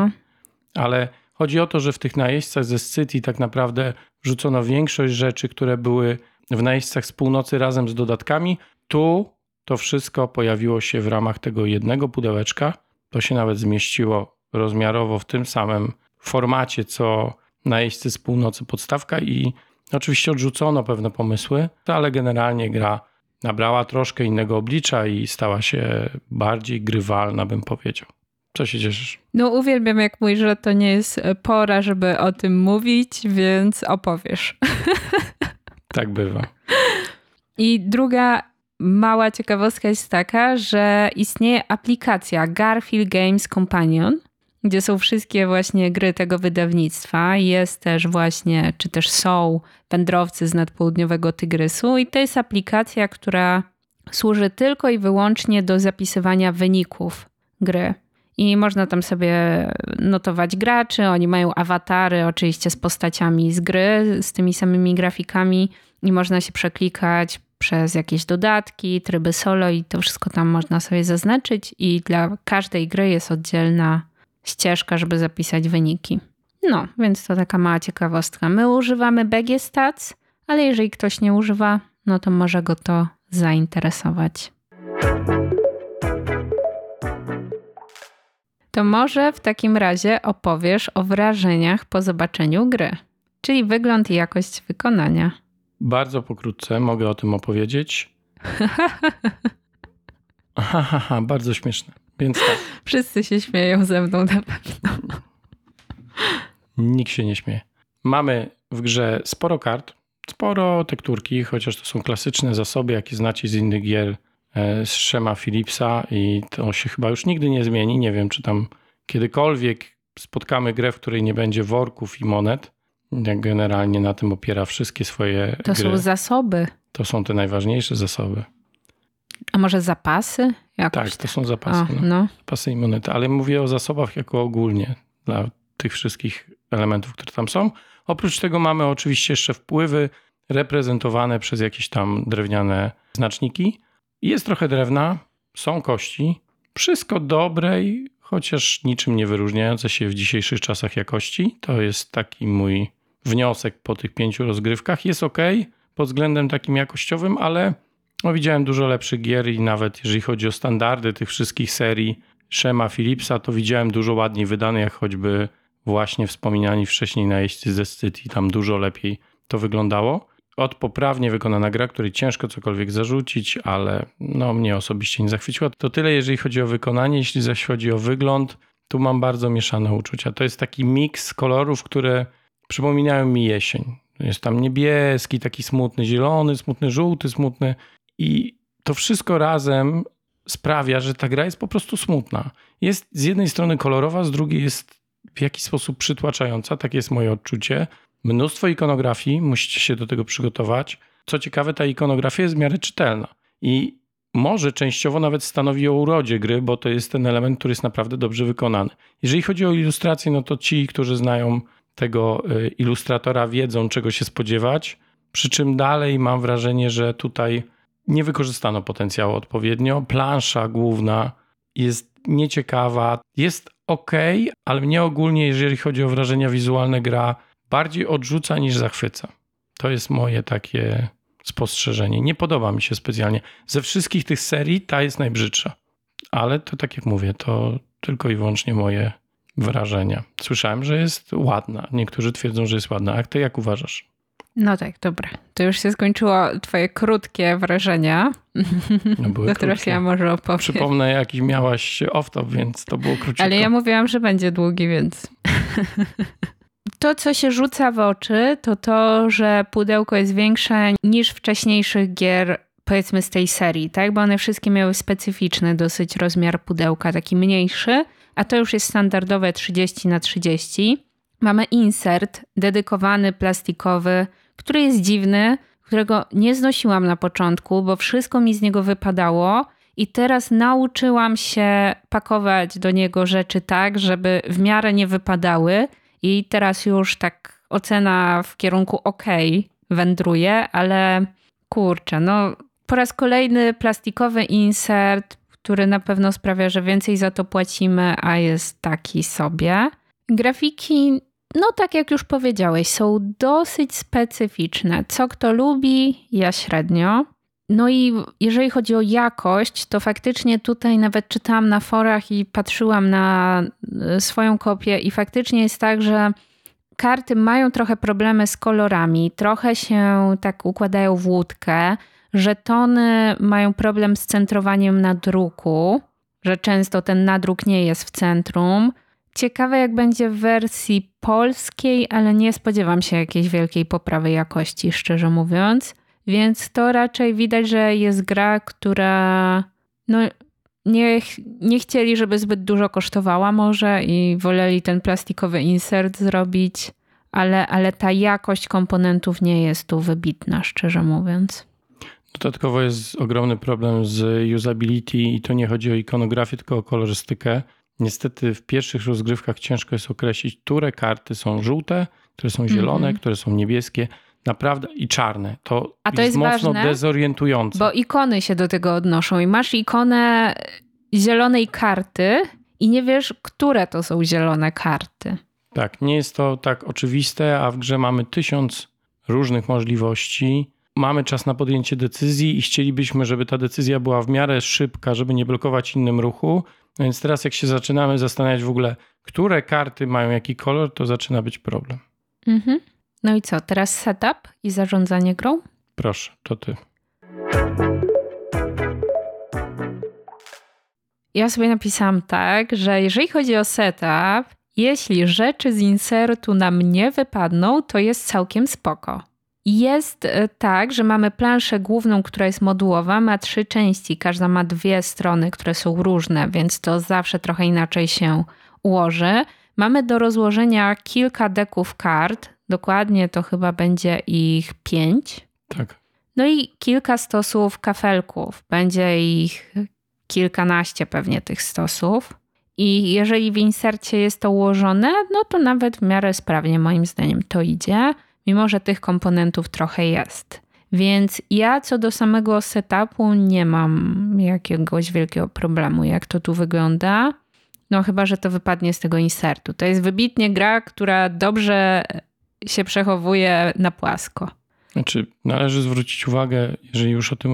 ale chodzi o to, że w tych najeźdźcach ze Scytii tak naprawdę wrzucono większość rzeczy, które były w najeźdźcach z północy razem z dodatkami. Tu to wszystko pojawiło się w ramach tego jednego pudełeczka. To się nawet zmieściło rozmiarowo w tym samym formacie, co najeźdźcy z północy podstawka i oczywiście odrzucono pewne pomysły, ale generalnie gra nabrała troszkę innego oblicza i stała się bardziej grywalna, bym powiedział. Co się cieszysz? No uwielbiam, jak mówisz, że to nie jest pora, żeby o tym mówić, więc opowiesz. Tak bywa. I druga mała ciekawostka jest taka, że istnieje aplikacja Garfield Games Companion, gdzie są wszystkie właśnie gry tego wydawnictwa. Jest też właśnie, czy też są Wędrowcy z Nadpołudniowego Tygrysu i to jest aplikacja, która służy tylko i wyłącznie do zapisywania wyników gry. I można tam sobie notować graczy, oni mają awatary oczywiście z postaciami z gry, z tymi samymi grafikami i można się przeklikać przez jakieś dodatki, tryby solo i to wszystko tam można sobie zaznaczyć i dla każdej gry jest oddzielna ścieżka, żeby zapisać wyniki. No, więc to taka mała ciekawostka. My używamy BG Stats, ale jeżeli ktoś nie używa, no to może go to zainteresować. To może w takim razie opowiesz o wrażeniach po zobaczeniu gry, czyli wygląd i jakość wykonania. Bardzo pokrótce mogę o tym opowiedzieć. Bardzo śmieszne. Więc tak. Wszyscy się śmieją ze mną na pewno. Nikt się nie śmieje. Mamy w grze sporo kart, sporo tekturki, chociaż to są klasyczne zasoby, jakie znacie z innych gier z Szema Philipsa i to się chyba już nigdy nie zmieni. Nie wiem, czy tam kiedykolwiek spotkamy grę, w której nie będzie worków i monet. Jak generalnie na tym opiera wszystkie swoje To gry. są zasoby. To są te najważniejsze zasoby. A może zapasy? Jakoś Tak, to są zapasy. Zapasy i monety. Ale mówię o zasobach jako ogólnie dla tych wszystkich elementów, które tam są. Oprócz tego mamy oczywiście jeszcze wpływy reprezentowane przez jakieś tam drewniane znaczniki. Jest trochę drewna, są kości. Wszystko dobrej, chociaż niczym nie wyróżniające się w dzisiejszych czasach jakości. To jest taki mój wniosek po tych 5 rozgrywkach. Jest ok pod względem takim jakościowym, ale widziałem dużo lepszych gier i nawet jeżeli chodzi o standardy tych wszystkich serii Szema Philipsa, to widziałem dużo ładniej wydane, jak choćby właśnie wspominani wcześniej najeźdźcy ze City. Tam dużo lepiej to wyglądało. Poprawnie wykonana gra, której ciężko cokolwiek zarzucić, ale mnie osobiście nie zachwyciła. To tyle, jeżeli chodzi o wykonanie. Jeśli zaś chodzi o wygląd, tu mam bardzo mieszane uczucia. To jest taki miks kolorów, które przypominają mi jesień. Jest tam niebieski, taki smutny, zielony, smutny, żółty, smutny i to wszystko razem sprawia, że ta gra jest po prostu smutna. Jest z jednej strony kolorowa, z drugiej jest w jakiś sposób przytłaczająca. Takie jest moje odczucie. Mnóstwo ikonografii, musicie się do tego przygotować. Co ciekawe, ta ikonografia jest w miarę czytelna i może częściowo nawet stanowi o urodzie gry, bo to jest ten element, który jest naprawdę dobrze wykonany. Jeżeli chodzi o ilustrację, no to ci, którzy znają tego ilustratora, wiedzą, czego się spodziewać. Przy czym dalej mam wrażenie, że tutaj nie wykorzystano potencjału odpowiednio. Plansza główna jest nieciekawa, jest ok, ale mnie ogólnie, jeżeli chodzi o wrażenia wizualne, gra bardziej odrzuca niż zachwyca. To jest moje takie spostrzeżenie. Nie podoba mi się specjalnie. Ze wszystkich tych serii ta jest najbrzydsza. Ale to tak jak mówię, to tylko i wyłącznie moje wrażenia. Słyszałem, że jest ładna. Niektórzy twierdzą, że jest ładna. A ty jak uważasz? No tak, dobra. To już się skończyło twoje krótkie wrażenia. No były to teraz ja może opowiem. Przypomnę, jaki miałaś off-top, więc to było króciutko. Ale ja mówiłam, że będzie długi, więc... To, co się rzuca w oczy, to to, że pudełko jest większe niż wcześniejszych gier, powiedzmy z tej serii, tak? Bo one wszystkie miały specyficzny dosyć rozmiar pudełka, taki mniejszy, a to już jest standardowe 30x30. Mamy insert dedykowany, plastikowy, który jest dziwny, którego nie znosiłam na początku, bo wszystko mi z niego wypadało i teraz nauczyłam się pakować do niego rzeczy tak, żeby w miarę nie wypadały i teraz już tak ocena w kierunku wędruje, ale kurczę, po raz kolejny plastikowy insert, który na pewno sprawia, że więcej za to płacimy, a jest taki sobie. Grafiki, tak jak już powiedziałeś, są dosyć specyficzne. Co kto lubi, ja średnio. No i jeżeli chodzi o jakość, to faktycznie tutaj nawet czytałam na forach i patrzyłam na swoją kopię i faktycznie jest tak, że karty mają trochę problemy z kolorami, trochę się tak układają w łódkę, żetony mają problem z centrowaniem nadruku, że często ten nadruk nie jest w centrum. Ciekawe jak będzie w wersji polskiej, ale nie spodziewam się jakiejś wielkiej poprawy jakości, szczerze mówiąc. Więc to raczej widać, że jest gra, która nie chcieli, żeby zbyt dużo kosztowała może i woleli ten plastikowy insert zrobić, ale ta jakość komponentów nie jest tu wybitna, szczerze mówiąc. Dodatkowo jest ogromny problem z usability i to nie chodzi o ikonografię, tylko o kolorystykę. Niestety w pierwszych rozgrywkach ciężko jest określić, które karty są żółte, które są zielone, które są niebieskie. Naprawdę i czarne. To jest mocno ważne, dezorientujące. Bo ikony się do tego odnoszą i masz ikonę zielonej karty i nie wiesz, które to są zielone karty. Tak, nie jest to tak oczywiste, a w grze mamy 1000 różnych możliwości. Mamy czas na podjęcie decyzji i chcielibyśmy, żeby ta decyzja była w miarę szybka, żeby nie blokować innym ruchu. No więc teraz jak się zaczynamy zastanawiać w ogóle, które karty mają jaki kolor, to zaczyna być problem. No i co, teraz setup i zarządzanie grą? Proszę, to ty. Ja sobie napisałam tak, że jeżeli chodzi o setup, jeśli rzeczy z insertu nam nie wypadną, to jest całkiem spoko. Jest tak, że mamy planszę główną, która jest modułowa, ma 3 części, każda ma 2 strony, które są różne, więc to zawsze trochę inaczej się ułoży. Mamy do rozłożenia kilka deków kart, dokładnie to chyba będzie ich 5. Tak. No i kilka stosów kafelków, będzie ich kilkanaście pewnie tych stosów. I jeżeli w insercie jest to ułożone, no to nawet w miarę sprawnie moim zdaniem to idzie, mimo że tych komponentów trochę jest. Więc ja co do samego setupu nie mam jakiegoś wielkiego problemu, jak to tu wygląda. No chyba, że to wypadnie z tego insertu. To jest wybitnie gra, która dobrze się przechowuje na płasko. Znaczy, należy zwrócić uwagę, jeżeli już o tym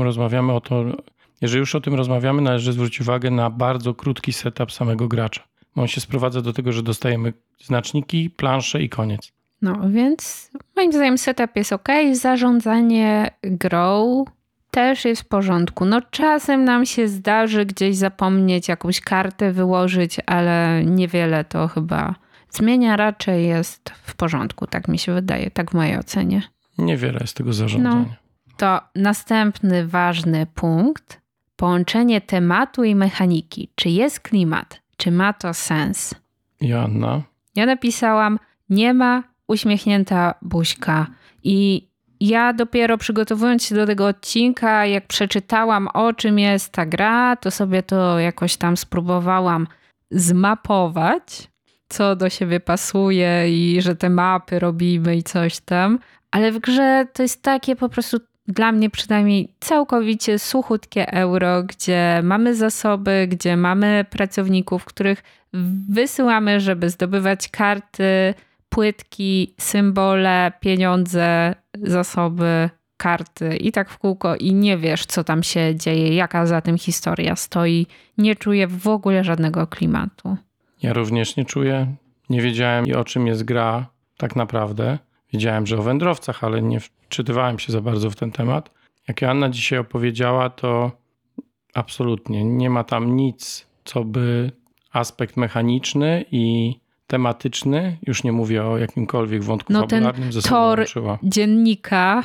rozmawiamy, należy zwrócić uwagę na bardzo krótki setup samego gracza. On się sprowadza do tego, że dostajemy znaczniki, plansze i koniec. No więc moim zdaniem setup jest ok, zarządzanie grą też jest w porządku. No czasem nam się zdarzy gdzieś zapomnieć jakąś kartę wyłożyć, ale niewiele to chyba zmienia, raczej jest w porządku, tak mi się wydaje, tak w mojej ocenie. Niewiele jest tego zarządzania. No, to następny ważny punkt, połączenie tematu i mechaniki. Czy jest klimat? Czy ma to sens? Joanna? Ja napisałam, nie ma, uśmiechnięta buźka. I ja dopiero przygotowując się do tego odcinka, jak przeczytałam o czym jest ta gra, to sobie to jakoś tam spróbowałam zmapować, co do siebie pasuje i że te mapy robimy i coś tam. Ale w grze to jest takie po prostu dla mnie przynajmniej całkowicie suchutkie euro, gdzie mamy zasoby, gdzie mamy pracowników, których wysyłamy, żeby zdobywać karty, płytki, symbole, pieniądze, zasoby, karty i tak w kółko i nie wiesz, co tam się dzieje, jaka za tym historia stoi. Nie czuję w ogóle żadnego klimatu. Ja również nie czuję. Nie wiedziałem, o czym jest gra tak naprawdę. Wiedziałem, że o wędrowcach, ale nie wczytywałem się za bardzo w ten temat. Jak Joanna dzisiaj opowiedziała, to absolutnie nie ma tam nic, co by aspekt mechaniczny i tematyczny, już nie mówię o jakimkolwiek wątku fabularnym, ze sobą łączyła. Dziennika.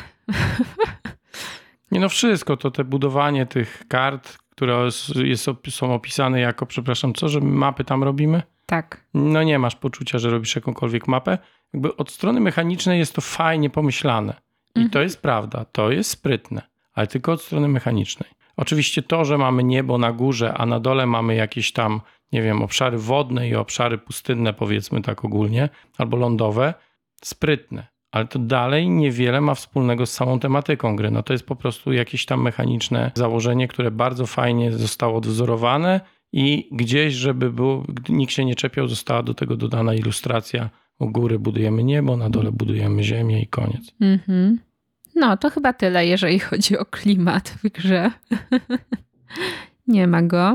Nie no wszystko, to te budowanie tych kart, które są opisane jako, przepraszam, co, że mapy tam robimy? Tak. No nie masz poczucia, że robisz jakąkolwiek mapę. Jakby od strony mechanicznej jest to fajnie pomyślane. I to jest prawda, to jest sprytne, ale tylko od strony mechanicznej. Oczywiście to, że mamy niebo na górze, a na dole mamy jakieś tam, nie wiem, obszary wodne i obszary pustynne, powiedzmy tak ogólnie, albo lądowe, sprytne. Ale to dalej niewiele ma wspólnego z samą tematyką gry. No to jest po prostu jakieś tam mechaniczne założenie, które bardzo fajnie zostało odwzorowane i gdzieś, żeby było, nikt się nie czepiał, została do tego dodana ilustracja. U góry budujemy niebo, na dole budujemy ziemię i koniec. No to chyba tyle, jeżeli chodzi o klimat w grze. Nie ma go.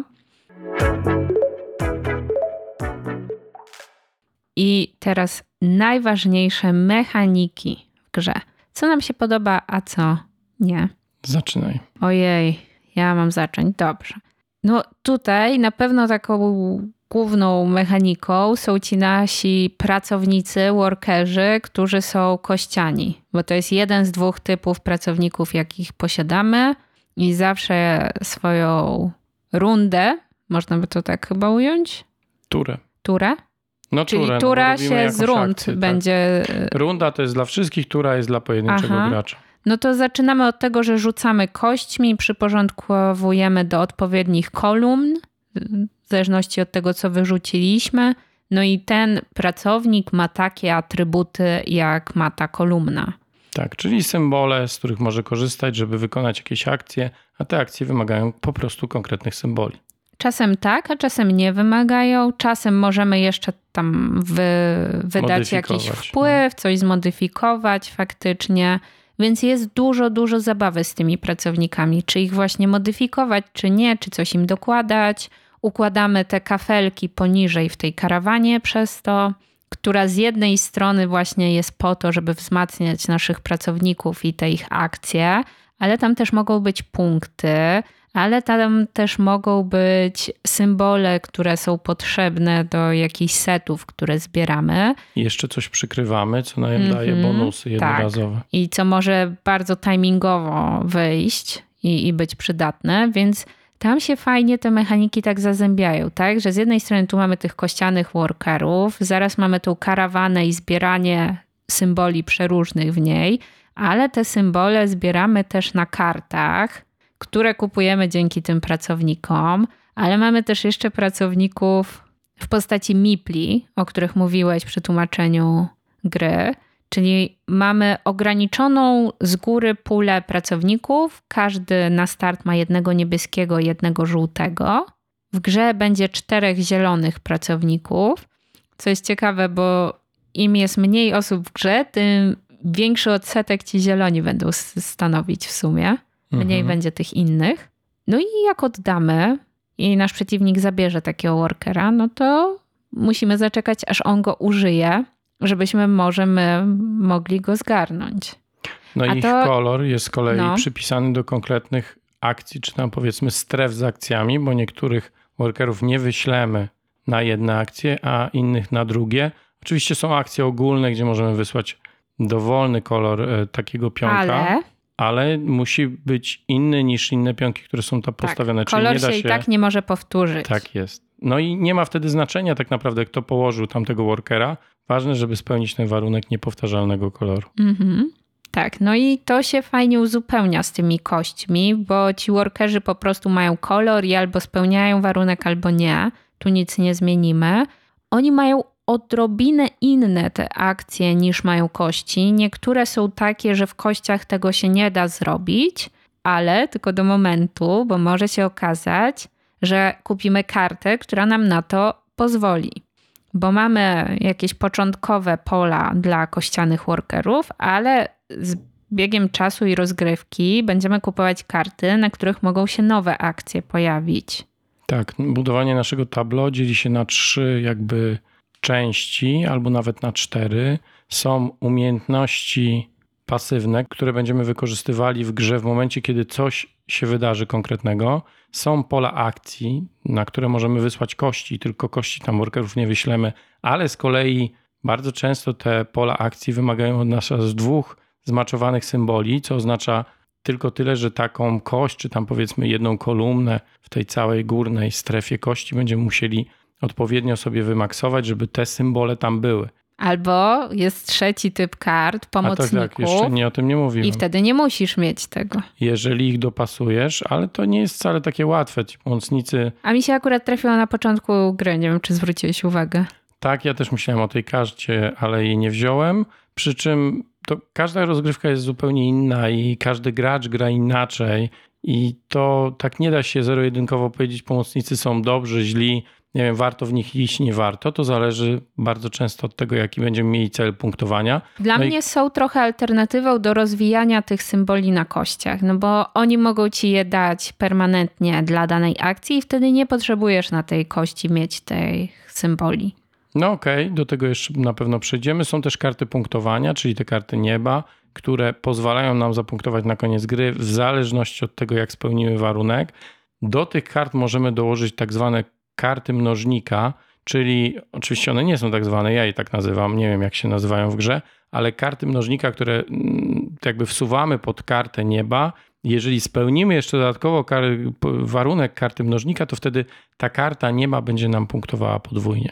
I teraz najważniejsze mechaniki w grze. Co nam się podoba, a co nie? Zaczynaj. Ojej, ja mam zacząć. Dobrze. No tutaj na pewno taką główną mechaniką są ci nasi pracownicy, workerzy, którzy są kościani. Bo to jest jeden z 2 typów pracowników, jakich posiadamy i zawsze swoją rundę, można by to tak chyba ująć? Turę? No Czyli turę, tura no, się z rund akcję, będzie... Tak. Runda to jest dla wszystkich, tura jest dla pojedynczego gracza. No to zaczynamy od tego, że rzucamy kośćmi, przyporządkowujemy do odpowiednich kolumn, w zależności od tego, co wyrzuciliśmy. No i ten pracownik ma takie atrybuty, jak ma ta kolumna. Tak, czyli symbole, z których może korzystać, żeby wykonać jakieś akcje, a te akcje wymagają po prostu konkretnych symboli. Czasem tak, a czasem nie wymagają. Czasem możemy jeszcze tam wydać jakiś wpływ, coś zmodyfikować faktycznie. Więc jest dużo zabawy z tymi pracownikami. Czy ich właśnie modyfikować, czy nie, czy coś im dokładać. Układamy te kafelki poniżej w tej karawanie przez to, która z jednej strony właśnie jest po to, żeby wzmacniać naszych pracowników i te ich akcje, ale tam też mogą być punkty, ale tam też mogą być symbole, które są potrzebne do jakichś setów, które zbieramy. I jeszcze coś przykrywamy, co nam daje bonusy jednorazowe. Tak. I co może bardzo timingowo wyjść i być przydatne, więc tam się fajnie te mechaniki tak zazębiają, tak? Że z jednej strony tu mamy tych kościanych workerów, zaraz mamy tą karawanę i zbieranie symboli przeróżnych w niej, ale te symbole zbieramy też na kartach, które kupujemy dzięki tym pracownikom, ale mamy też jeszcze pracowników w postaci mipli, o których mówiłeś przy tłumaczeniu gry, czyli mamy ograniczoną z góry pulę pracowników, każdy na start ma jednego niebieskiego, jednego żółtego. W grze będzie 4 zielonych pracowników, co jest ciekawe, bo im jest mniej osób w grze, tym większy odsetek ci zieloni będą stanowić w sumie. Mniej będzie tych innych. No i jak oddamy i nasz przeciwnik zabierze takiego workera, no to musimy zaczekać, aż on go użyje, żebyśmy może my mogli go zgarnąć. No i ich kolor jest z kolei przypisany do konkretnych akcji, czy tam powiedzmy stref z akcjami, bo niektórych workerów nie wyślemy na jedne akcje, a innych na drugie. Oczywiście są akcje ogólne, gdzie możemy wysłać dowolny kolor takiego pionka. Ale musi być inny niż inne pionki, które są tam postawione. Kolor Czyli nie da się i tak nie może powtórzyć. Tak jest. No i nie ma wtedy znaczenia tak naprawdę, kto położył tamtego workera. Ważne, żeby spełnić ten warunek niepowtarzalnego koloru. Tak, no i to się fajnie uzupełnia z tymi kośćmi, bo ci workerzy po prostu mają kolor i albo spełniają warunek, albo nie. Tu nic nie zmienimy. Oni mają odrobinę inne te akcje niż mają kości. Niektóre są takie, że w kościach tego się nie da zrobić, ale tylko do momentu, bo może się okazać, że kupimy kartę, która nam na to pozwoli. Bo mamy jakieś początkowe pola dla kościanych workerów, ale z biegiem czasu i rozgrywki będziemy kupować karty, na których mogą się nowe akcje pojawić. Tak, budowanie naszego tableau dzieli się na 3 jakby części, albo nawet na 4. Są umiejętności pasywne, które będziemy wykorzystywali w grze w momencie, kiedy coś się wydarzy konkretnego. Są pola akcji, na które możemy wysłać kości, tylko kości tam workerów nie wyślemy, ale z kolei bardzo często te pola akcji wymagają od nas z 2 zmaczowanych symboli, co oznacza tylko tyle, że taką kość, czy tam powiedzmy jedną kolumnę w tej całej górnej strefie kości będziemy musieli odpowiednio sobie wymaksować, żeby te symbole tam były. Albo jest 3 typ kart, pomocników. Tak, jeszcze nie o tym nie mówiłem. I wtedy nie musisz mieć tego. Jeżeli ich dopasujesz, ale to nie jest wcale takie łatwe. Ci pomocnicy... A mi się akurat trafiło na początku gry, nie wiem, czy zwróciłeś uwagę. Tak, ja też myślałem o tej karcie, ale jej nie wziąłem. Przy czym to każda rozgrywka jest zupełnie inna i każdy gracz gra inaczej. I to tak nie da się zero-jedynkowo powiedzieć, pomocnicy są dobrzy, źli, nie wiem, warto w nich iść, nie warto. To zależy bardzo często od tego, jaki będziemy mieli cel punktowania. Dla mnie są trochę alternatywą do rozwijania tych symboli na kościach, no bo oni mogą ci je dać permanentnie dla danej akcji i wtedy nie potrzebujesz na tej kości mieć tych symboli. No okej, do tego jeszcze na pewno przejdziemy. Są też karty punktowania, czyli te karty nieba, które pozwalają nam zapunktować na koniec gry w zależności od tego, jak spełnimy warunek. Do tych kart możemy dołożyć tak zwane karty mnożnika, czyli oczywiście one nie są tak zwane, ja je tak nazywam, nie wiem jak się nazywają w grze, ale karty mnożnika, które jakby wsuwamy pod kartę nieba. Jeżeli spełnimy jeszcze dodatkowo warunek karty mnożnika, to wtedy ta karta nieba będzie nam punktowała podwójnie.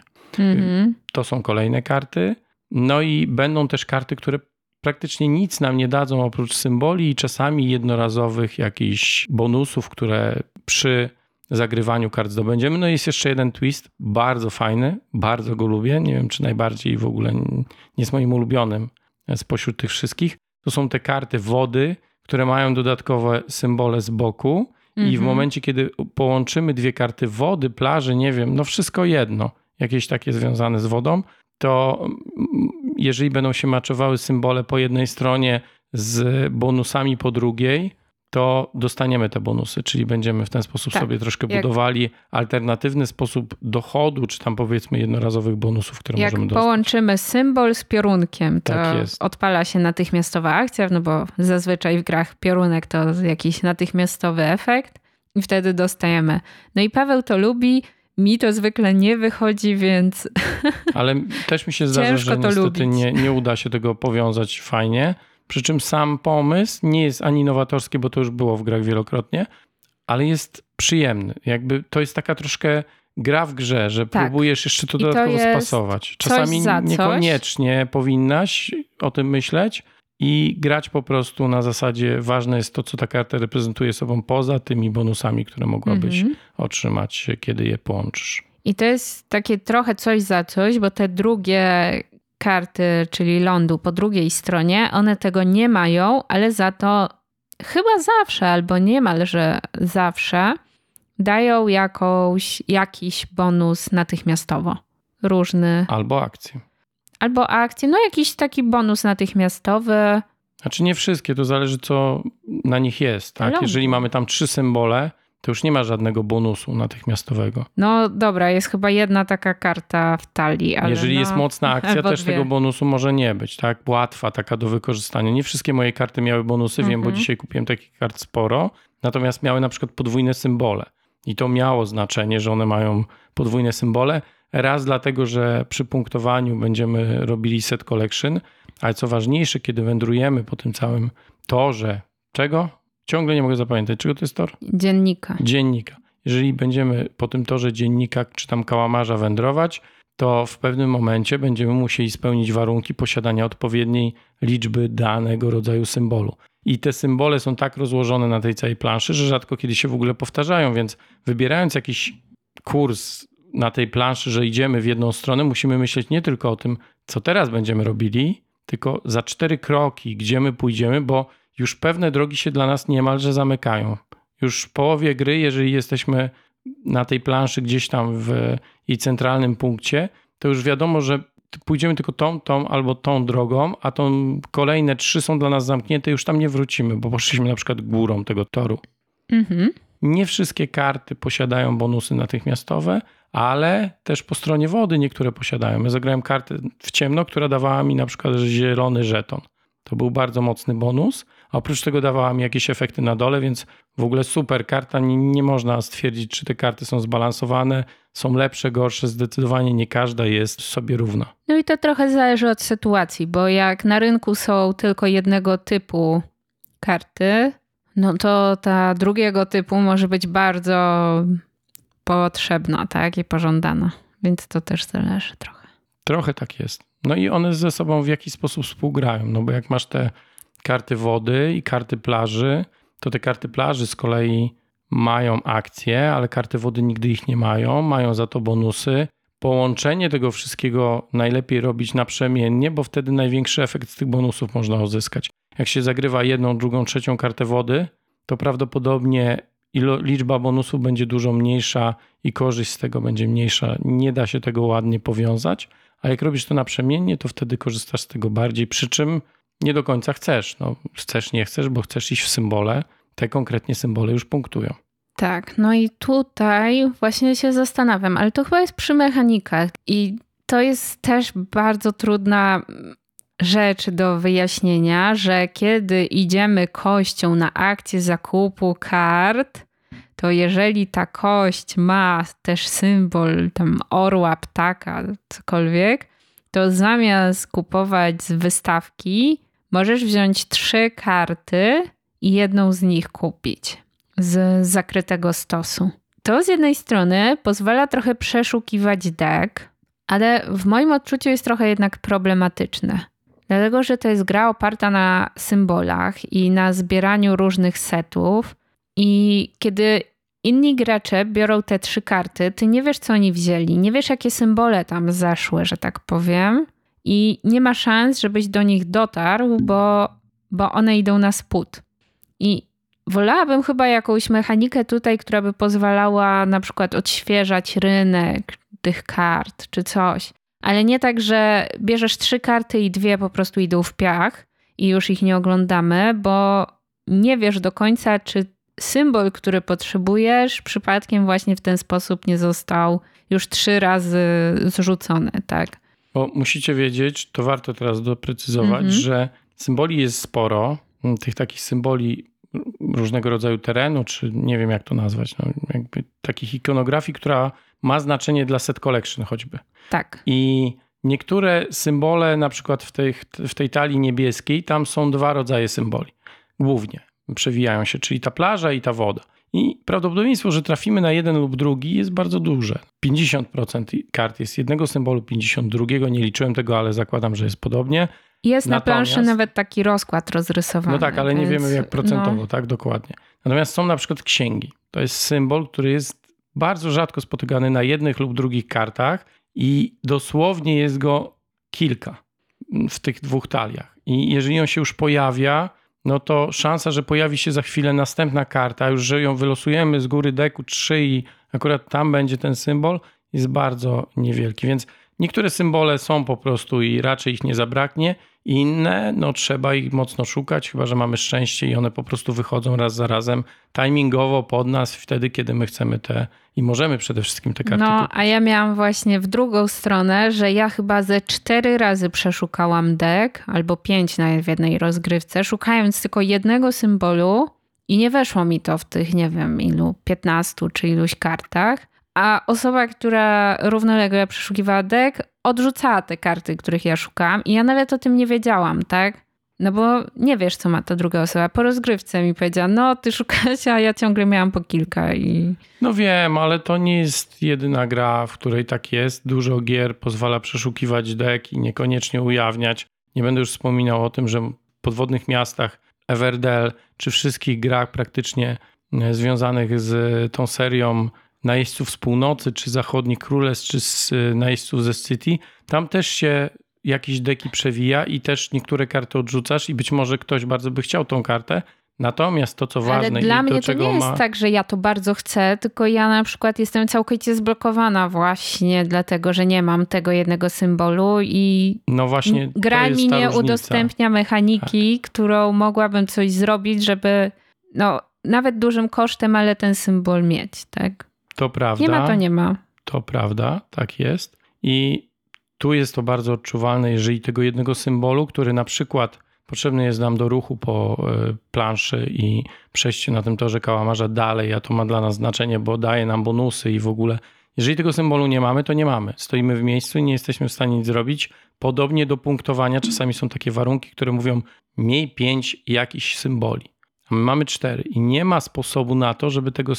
To są kolejne karty. No i będą też karty, które praktycznie nic nam nie dadzą oprócz symboli i czasami jednorazowych jakichś bonusów, które przy zagrywaniu kart zdobędziemy. No i jest jeszcze jeden twist, bardzo fajny, bardzo go lubię. Nie wiem, czy najbardziej w ogóle nie jest moim ulubionym spośród tych wszystkich. To są te karty wody, które mają dodatkowe symbole z boku i w momencie, kiedy połączymy dwie karty wody, plaży, nie wiem, no wszystko jedno, jakieś takie związane z wodą, to jeżeli będą się maczowały symbole po jednej stronie z bonusami po drugiej, to dostaniemy te bonusy, czyli będziemy w ten sposób sobie troszkę budowali alternatywny sposób dochodu, czy tam powiedzmy jednorazowych bonusów, które możemy dostać. Jak połączymy symbol z piorunkiem, to odpala się natychmiastowa akcja, no bo zazwyczaj w grach piorunek to jakiś natychmiastowy efekt i wtedy dostajemy. No i Paweł to lubi, mi to zwykle nie wychodzi, więc ale też mi się zdarza, że niestety nie uda się tego powiązać fajnie. Przy czym sam pomysł nie jest ani nowatorski, bo to już było w grach wielokrotnie, ale jest przyjemny. Jakby to jest taka troszkę gra w grze, że próbujesz jeszcze to dodatkowo spasować. Czasami niekoniecznie powinnaś o tym myśleć i grać po prostu na zasadzie ważne jest to, co ta karta reprezentuje sobą poza tymi bonusami, które mogłabyś otrzymać, kiedy je połączysz. I to jest takie trochę coś za coś, bo te drugie karty, czyli lądu po drugiej stronie, one tego nie mają, ale za to chyba zawsze albo niemalże zawsze dają jakiś bonus natychmiastowo. Różny. Albo akcję. No jakiś taki bonus natychmiastowy. Znaczy nie wszystkie, to zależy co na nich jest. Tak? Jeżeli mamy tam 3 symbole, to już nie ma żadnego bonusu natychmiastowego. No dobra, jest chyba jedna taka karta w talii. Ale jeżeli jest mocna akcja, też tego bonusu może nie być. Tak? Łatwa taka do wykorzystania. Nie wszystkie moje karty miały bonusy, wiem, bo dzisiaj kupiłem takich kart sporo. Natomiast miały na przykład podwójne symbole. I to miało znaczenie, że one mają podwójne symbole. Raz dlatego, że przy punktowaniu będziemy robili set collection, ale co ważniejsze, kiedy wędrujemy po tym całym torze, czego? Ciągle nie mogę zapamiętać, czego to jest tor? Dziennika. Jeżeli będziemy po tym torze dziennika czy tam kałamarza wędrować, to w pewnym momencie będziemy musieli spełnić warunki posiadania odpowiedniej liczby danego rodzaju symbolu. I te symbole są tak rozłożone na tej całej planszy, że rzadko kiedy się w ogóle powtarzają, więc wybierając jakiś kurs na tej planszy, że idziemy w jedną stronę, musimy myśleć nie tylko o tym, co teraz będziemy robili, tylko za 4 kroki, gdzie my pójdziemy, bo już pewne drogi się dla nas niemalże zamykają. Już w połowie gry, jeżeli jesteśmy na tej planszy gdzieś tam w jej centralnym punkcie, to już wiadomo, że pójdziemy tylko tą albo tą drogą, a kolejne 3 są dla nas zamknięte, już tam nie wrócimy, bo poszliśmy na przykład górą tego toru. Nie wszystkie karty posiadają bonusy natychmiastowe, ale też po stronie wody niektóre posiadają. Ja zagrałem kartę w ciemno, która dawała mi na przykład zielony żeton. To był bardzo mocny bonus, a oprócz tego dawała mi jakieś efekty na dole, więc w ogóle super karta. Nie można stwierdzić, czy te karty są zbalansowane, są lepsze, gorsze. Zdecydowanie nie każda jest sobie równa. No i to trochę zależy od sytuacji, bo jak na rynku są tylko jednego typu karty, no to ta drugiego typu może być bardzo potrzebna, tak, i pożądana. Więc to też zależy trochę. Trochę tak jest. No i one ze sobą w jakiś sposób współgrają, no bo jak masz te karty wody i karty plaży, to te karty plaży z kolei mają akcje, ale karty wody nigdy ich nie mają za to bonusy. Połączenie tego wszystkiego najlepiej robić naprzemiennie, bo wtedy największy efekt z tych bonusów można uzyskać. Jak się zagrywa 1, 2, 3 kartę wody, to prawdopodobnie liczba bonusów będzie dużo mniejsza i korzyść z tego będzie mniejsza. Nie da się tego ładnie powiązać, a jak robisz to naprzemiennie, to wtedy korzystasz z tego bardziej, przy czym nie do końca chcesz. No, chcesz, nie chcesz, bo chcesz iść w symbole. Te konkretnie symbole już punktują. Tak, no i tutaj właśnie się zastanawiam, ale to chyba jest przy mechanikach i to jest też bardzo trudna rzecz do wyjaśnienia, że kiedy idziemy kością na akcję zakupu kart, to jeżeli ta kość ma też symbol tam orła, ptaka, cokolwiek, to zamiast kupować z wystawki, możesz wziąć 3 karty i jedną z nich kupić z zakrytego stosu. To z jednej strony pozwala trochę przeszukiwać deck, ale w moim odczuciu jest trochę jednak problematyczne. Dlatego, że to jest gra oparta na symbolach i na zbieraniu różnych setów i kiedy inni gracze biorą te 3 karty, ty nie wiesz, co oni wzięli, nie wiesz, jakie symbole tam zeszły, że tak powiem i nie ma szans, żebyś do nich dotarł, bo one idą na spód. I wolałabym chyba jakąś mechanikę tutaj, która by pozwalała na przykład odświeżać rynek tych kart czy coś. Ale nie tak, że bierzesz 3 karty i 2 po prostu idą w piach i już ich nie oglądamy, bo nie wiesz do końca, czy symbol, który potrzebujesz, przypadkiem właśnie w ten sposób nie został już 3 razy zrzucony, tak? Bo musicie wiedzieć, to warto teraz doprecyzować, że symboli jest sporo, tych takich symboli różnego rodzaju terenu, czy nie wiem jak to nazwać, no jakby takich ikonografii, która ma znaczenie dla set collection choćby. Tak. I niektóre symbole, na przykład w tej talii niebieskiej, tam są 2 rodzaje symboli. Głównie przewijają się, czyli ta plaża i ta woda. I prawdopodobieństwo, że trafimy na jeden lub drugi jest bardzo duże. 50% kart jest jednego symbolu, 50% drugiego. Nie liczyłem tego, ale zakładam, że jest podobnie. Jest na planszy nawet taki rozkład rozrysowany. No tak, ale nie wiemy jak procentowo, no. tak dokładnie. Natomiast są na przykład księgi. To jest symbol, który jest bardzo rzadko spotykany na jednych lub drugich kartach i dosłownie jest go kilka w tych 2 taliach. I jeżeli on się już pojawia, no to szansa, że pojawi się za chwilę następna karta, już że ją wylosujemy z góry deku 3 i akurat tam będzie ten symbol, jest bardzo niewielki. Więc niektóre symbole są po prostu i raczej ich nie zabraknie. Inne, no trzeba ich mocno szukać, chyba że mamy szczęście i one po prostu wychodzą raz za razem timingowo pod nas wtedy, kiedy my chcemy i możemy przede wszystkim te karty kupić. A ja miałam właśnie w drugą stronę, że ja chyba ze 4 razy przeszukałam deck, albo 5 nawet w jednej rozgrywce, szukając tylko jednego symbolu i nie weszło mi to w tych, nie wiem ilu, 15 czy iluś kartach. A osoba, która równolegle przeszukiwała deck, odrzucała te karty, których ja szukałam i ja nawet o tym nie wiedziałam, tak? No bo nie wiesz, co ma ta druga osoba. Po rozgrywce mi powiedziała, no ty szukasz, a ja ciągle miałam po kilka i... No wiem, ale to nie jest jedyna gra, w której tak jest. Dużo gier pozwala przeszukiwać deck i niekoniecznie ujawniać. Nie będę już wspominał o tym, że w podwodnych miastach Everdell, czy wszystkich grach praktycznie związanych z tą serią najeźdźców z północy, czy zachodnich królestw, czy najeźdźców ze City, tam też się jakieś deki przewija i też niektóre karty odrzucasz i być może ktoś bardzo by chciał tą kartę. Natomiast to, co ważne ale dla i mnie do to czego nie jest tak, że ja to bardzo chcę, tylko ja na przykład jestem całkowicie zblokowana właśnie dlatego, że nie mam tego jednego symbolu i no właśnie, gra mi nie udostępnia mechaniki, tak, którą mogłabym coś zrobić, żeby no nawet dużym kosztem, ale ten symbol mieć, tak? To prawda. Nie ma, to nie ma. To prawda, tak jest. I tu jest to bardzo odczuwalne, jeżeli tego jednego symbolu, który na przykład potrzebny jest nam do ruchu po planszy i przejście na tym torze kałamarza dalej, a to ma dla nas znaczenie, bo daje nam bonusy i w ogóle. Jeżeli tego symbolu nie mamy, to nie mamy. Stoimy w miejscu i nie jesteśmy w stanie nic zrobić. Podobnie do punktowania czasami są takie warunki, które mówią miej 5 jakichś symboli. A my mamy 4 i nie ma sposobu na to,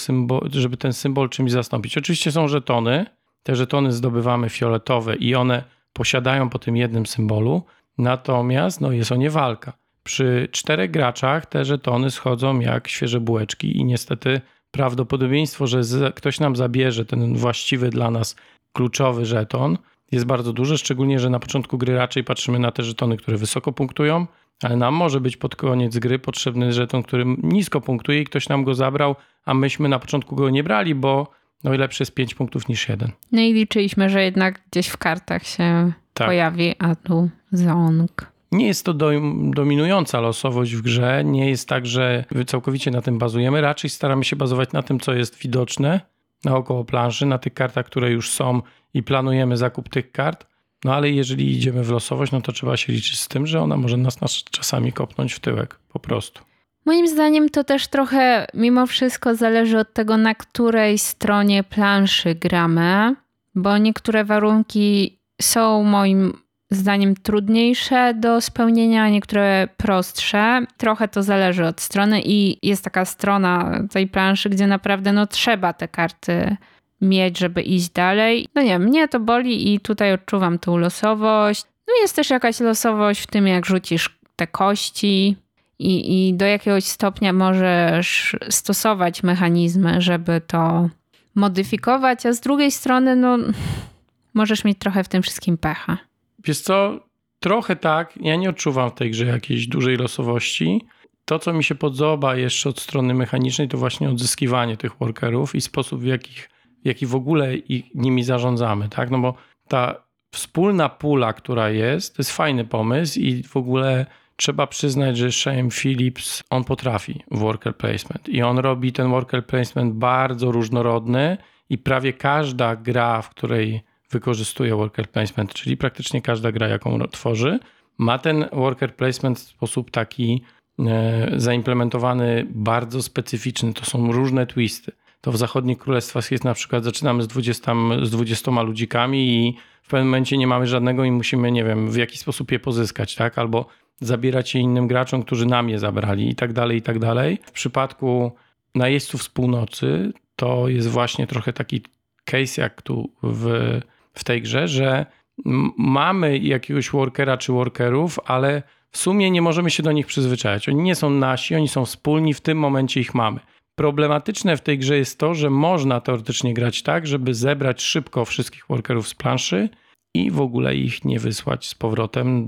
żeby ten symbol czymś zastąpić. Oczywiście są żetony. Te żetony zdobywamy fioletowe i one posiadają po tym jednym symbolu. Natomiast no, jest o nie walka. Przy 4 graczach te żetony schodzą jak świeże bułeczki i niestety prawdopodobieństwo, że ktoś nam zabierze ten właściwy dla nas kluczowy żeton jest bardzo duże, szczególnie, że na początku gry raczej patrzymy na te żetony, które wysoko punktują, ale nam może być pod koniec gry potrzebny żeton, który nisko punktuje i ktoś nam go zabrał, a myśmy na początku go nie brali, bo no lepszy jest 5 punktów niż 1. No i liczyliśmy, że jednak gdzieś w kartach się pojawi, a tu ząg. Nie jest to dominująca losowość w grze. Nie jest tak, że całkowicie na tym bazujemy. Raczej staramy się bazować na tym, co jest widoczne naokoło planszy, na tych kartach, które już są i planujemy zakup tych kart. No ale jeżeli idziemy w losowość, no to trzeba się liczyć z tym, że ona może nas czasami kopnąć w tyłek, po prostu. Moim zdaniem to też trochę mimo wszystko zależy od tego, na której stronie planszy gramy, bo niektóre warunki są moim zdaniem trudniejsze do spełnienia, a niektóre prostsze. Trochę to zależy od strony i jest taka strona tej planszy, gdzie naprawdę trzeba te karty mieć, żeby iść dalej. No nie, mnie to boli i tutaj odczuwam tą losowość. No jest też jakaś losowość w tym, jak rzucisz te kości i do jakiegoś stopnia możesz stosować mechanizmy, żeby to modyfikować, a z drugiej strony możesz mieć trochę w tym wszystkim pecha. Wiesz co, trochę tak. Ja nie odczuwam w tej grze jakiejś dużej losowości. To, co mi się podoba jeszcze od strony mechanicznej, to właśnie odzyskiwanie tych workerów i sposób, w jaki w ogóle nimi zarządzamy, tak? No bo ta wspólna pula, która jest, to jest fajny pomysł i w ogóle trzeba przyznać, że Shane Phillips, on potrafi worker placement i on robi ten worker placement bardzo różnorodny i prawie każda gra, w której wykorzystuje worker placement, czyli praktycznie każda gra, jaką tworzy, ma ten worker placement w sposób taki zaimplementowany, bardzo specyficzny. To są różne twisty. To w zachodnich królestwach jest na przykład, zaczynamy z 20 ludzikami i w pewnym momencie nie mamy żadnego i musimy, nie wiem, w jaki sposób je pozyskać, tak? Albo zabierać je innym graczom, którzy nam je zabrali i tak dalej, i tak dalej. W przypadku najeźdźców z północy to jest właśnie trochę taki case jak tu w tej grze, że mamy jakiegoś workera czy workerów, ale w sumie nie możemy się do nich przyzwyczajać. Oni nie są nasi, oni są wspólni, w tym momencie ich mamy. Problematyczne w tej grze jest to, że można teoretycznie grać tak, żeby zebrać szybko wszystkich workerów z planszy i w ogóle ich nie wysłać z powrotem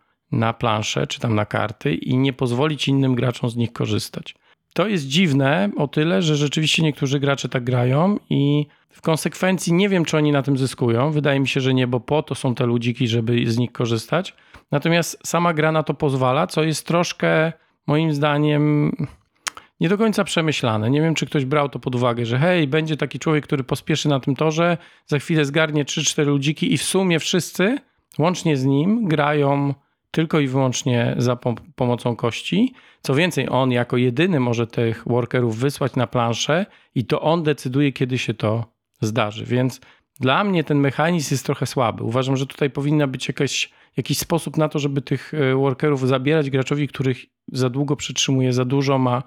na planszę czy tam na karty i nie pozwolić innym graczom z nich korzystać. To jest dziwne o tyle, że rzeczywiście niektórzy gracze tak grają i w konsekwencji nie wiem, czy oni na tym zyskują. Wydaje mi się, że nie, bo po to są te ludziki, żeby z nich korzystać. Natomiast sama gra na to pozwala, co jest troszkę moim zdaniem nie do końca przemyślane. Nie wiem, czy ktoś brał to pod uwagę, że hej, będzie taki człowiek, który pospieszy na tym torze, za chwilę zgarnie 3-4 ludziki i w sumie wszyscy, łącznie z nim, grają tylko i wyłącznie za pomocą kości. Co więcej, on jako jedyny może tych workerów wysłać na planszę i to on decyduje, kiedy się to zdarzy. Więc dla mnie ten mechanizm jest trochę słaby. Uważam, że tutaj powinna być jakiś sposób na to, żeby tych workerów zabierać graczowi, których za długo przytrzymuje, za dużo ma.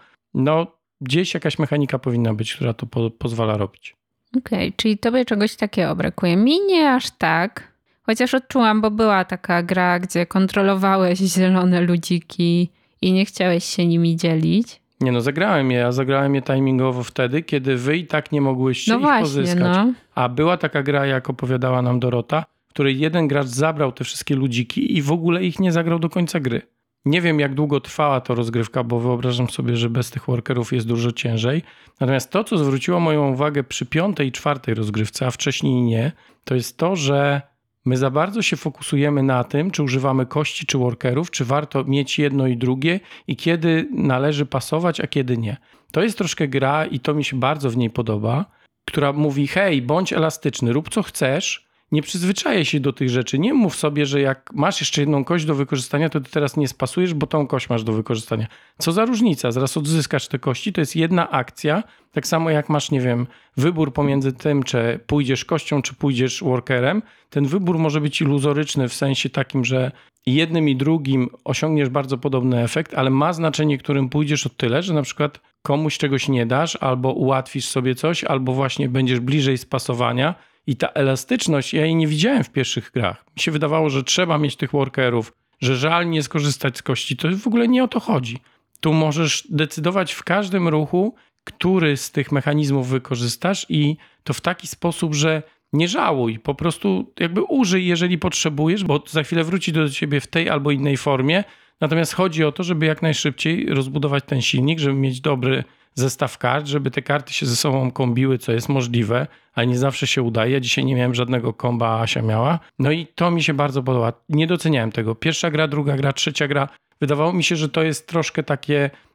Gdzieś jakaś mechanika powinna być, która to pozwala robić. Okej, czyli tobie czegoś takiego brakuje. Mi nie aż tak, chociaż odczułam, bo była taka gra, gdzie kontrolowałeś zielone ludziki i nie chciałeś się nimi dzielić. Nie zagrałem je, a zagrałem je timingowo wtedy, kiedy wy i tak nie mogłyście ich pozyskać. A była taka gra, jak opowiadała nam Dorota, w której jeden gracz zabrał te wszystkie ludziki i w ogóle ich nie zagrał do końca gry. Nie wiem, jak długo trwała ta rozgrywka, bo wyobrażam sobie, że bez tych workerów jest dużo ciężej. Natomiast to, co zwróciło moją uwagę przy 5. i 4. rozgrywce, a wcześniej nie, to jest to, że my za bardzo się fokusujemy na tym, czy używamy kości, czy workerów, czy warto mieć jedno i drugie i kiedy należy pasować, a kiedy nie. To jest troszkę gra i to mi się bardzo w niej podoba, która mówi, hej, bądź elastyczny, rób co chcesz, nie przyzwyczajaj się do tych rzeczy. Nie mów sobie, że jak masz jeszcze jedną kość do wykorzystania, to ty teraz nie spasujesz, bo tą kość masz do wykorzystania. Co za różnica? Zaraz odzyskasz te kości, to jest jedna akcja. Tak samo jak masz, nie wiem, wybór pomiędzy tym, czy pójdziesz kością, czy pójdziesz workerem. Ten wybór może być iluzoryczny w sensie takim, że jednym i drugim osiągniesz bardzo podobny efekt, ale ma znaczenie, którym pójdziesz o tyle, że na przykład komuś czegoś nie dasz, albo ułatwisz sobie coś, albo właśnie będziesz bliżej spasowania. I ta elastyczność, ja jej nie widziałem w pierwszych grach. Mi się wydawało, że trzeba mieć tych workerów, że żal nie skorzystać z kości. To w ogóle nie o to chodzi. Tu możesz decydować w każdym ruchu, który z tych mechanizmów wykorzystasz i to w taki sposób, że nie żałuj. Po prostu jakby użyj, jeżeli potrzebujesz, bo za chwilę wróci do ciebie w tej albo innej formie. Natomiast chodzi o to, żeby jak najszybciej rozbudować ten silnik, żeby mieć dobry zestaw kart, żeby te karty się ze sobą kombiły, co jest możliwe, ale nie zawsze się udaje. Ja dzisiaj nie miałem żadnego komba, a Asia miała. No i to mi się bardzo podoba. Nie doceniałem tego. Pierwsza gra, druga gra, trzecia gra. Wydawało mi się, że to jest troszkę takie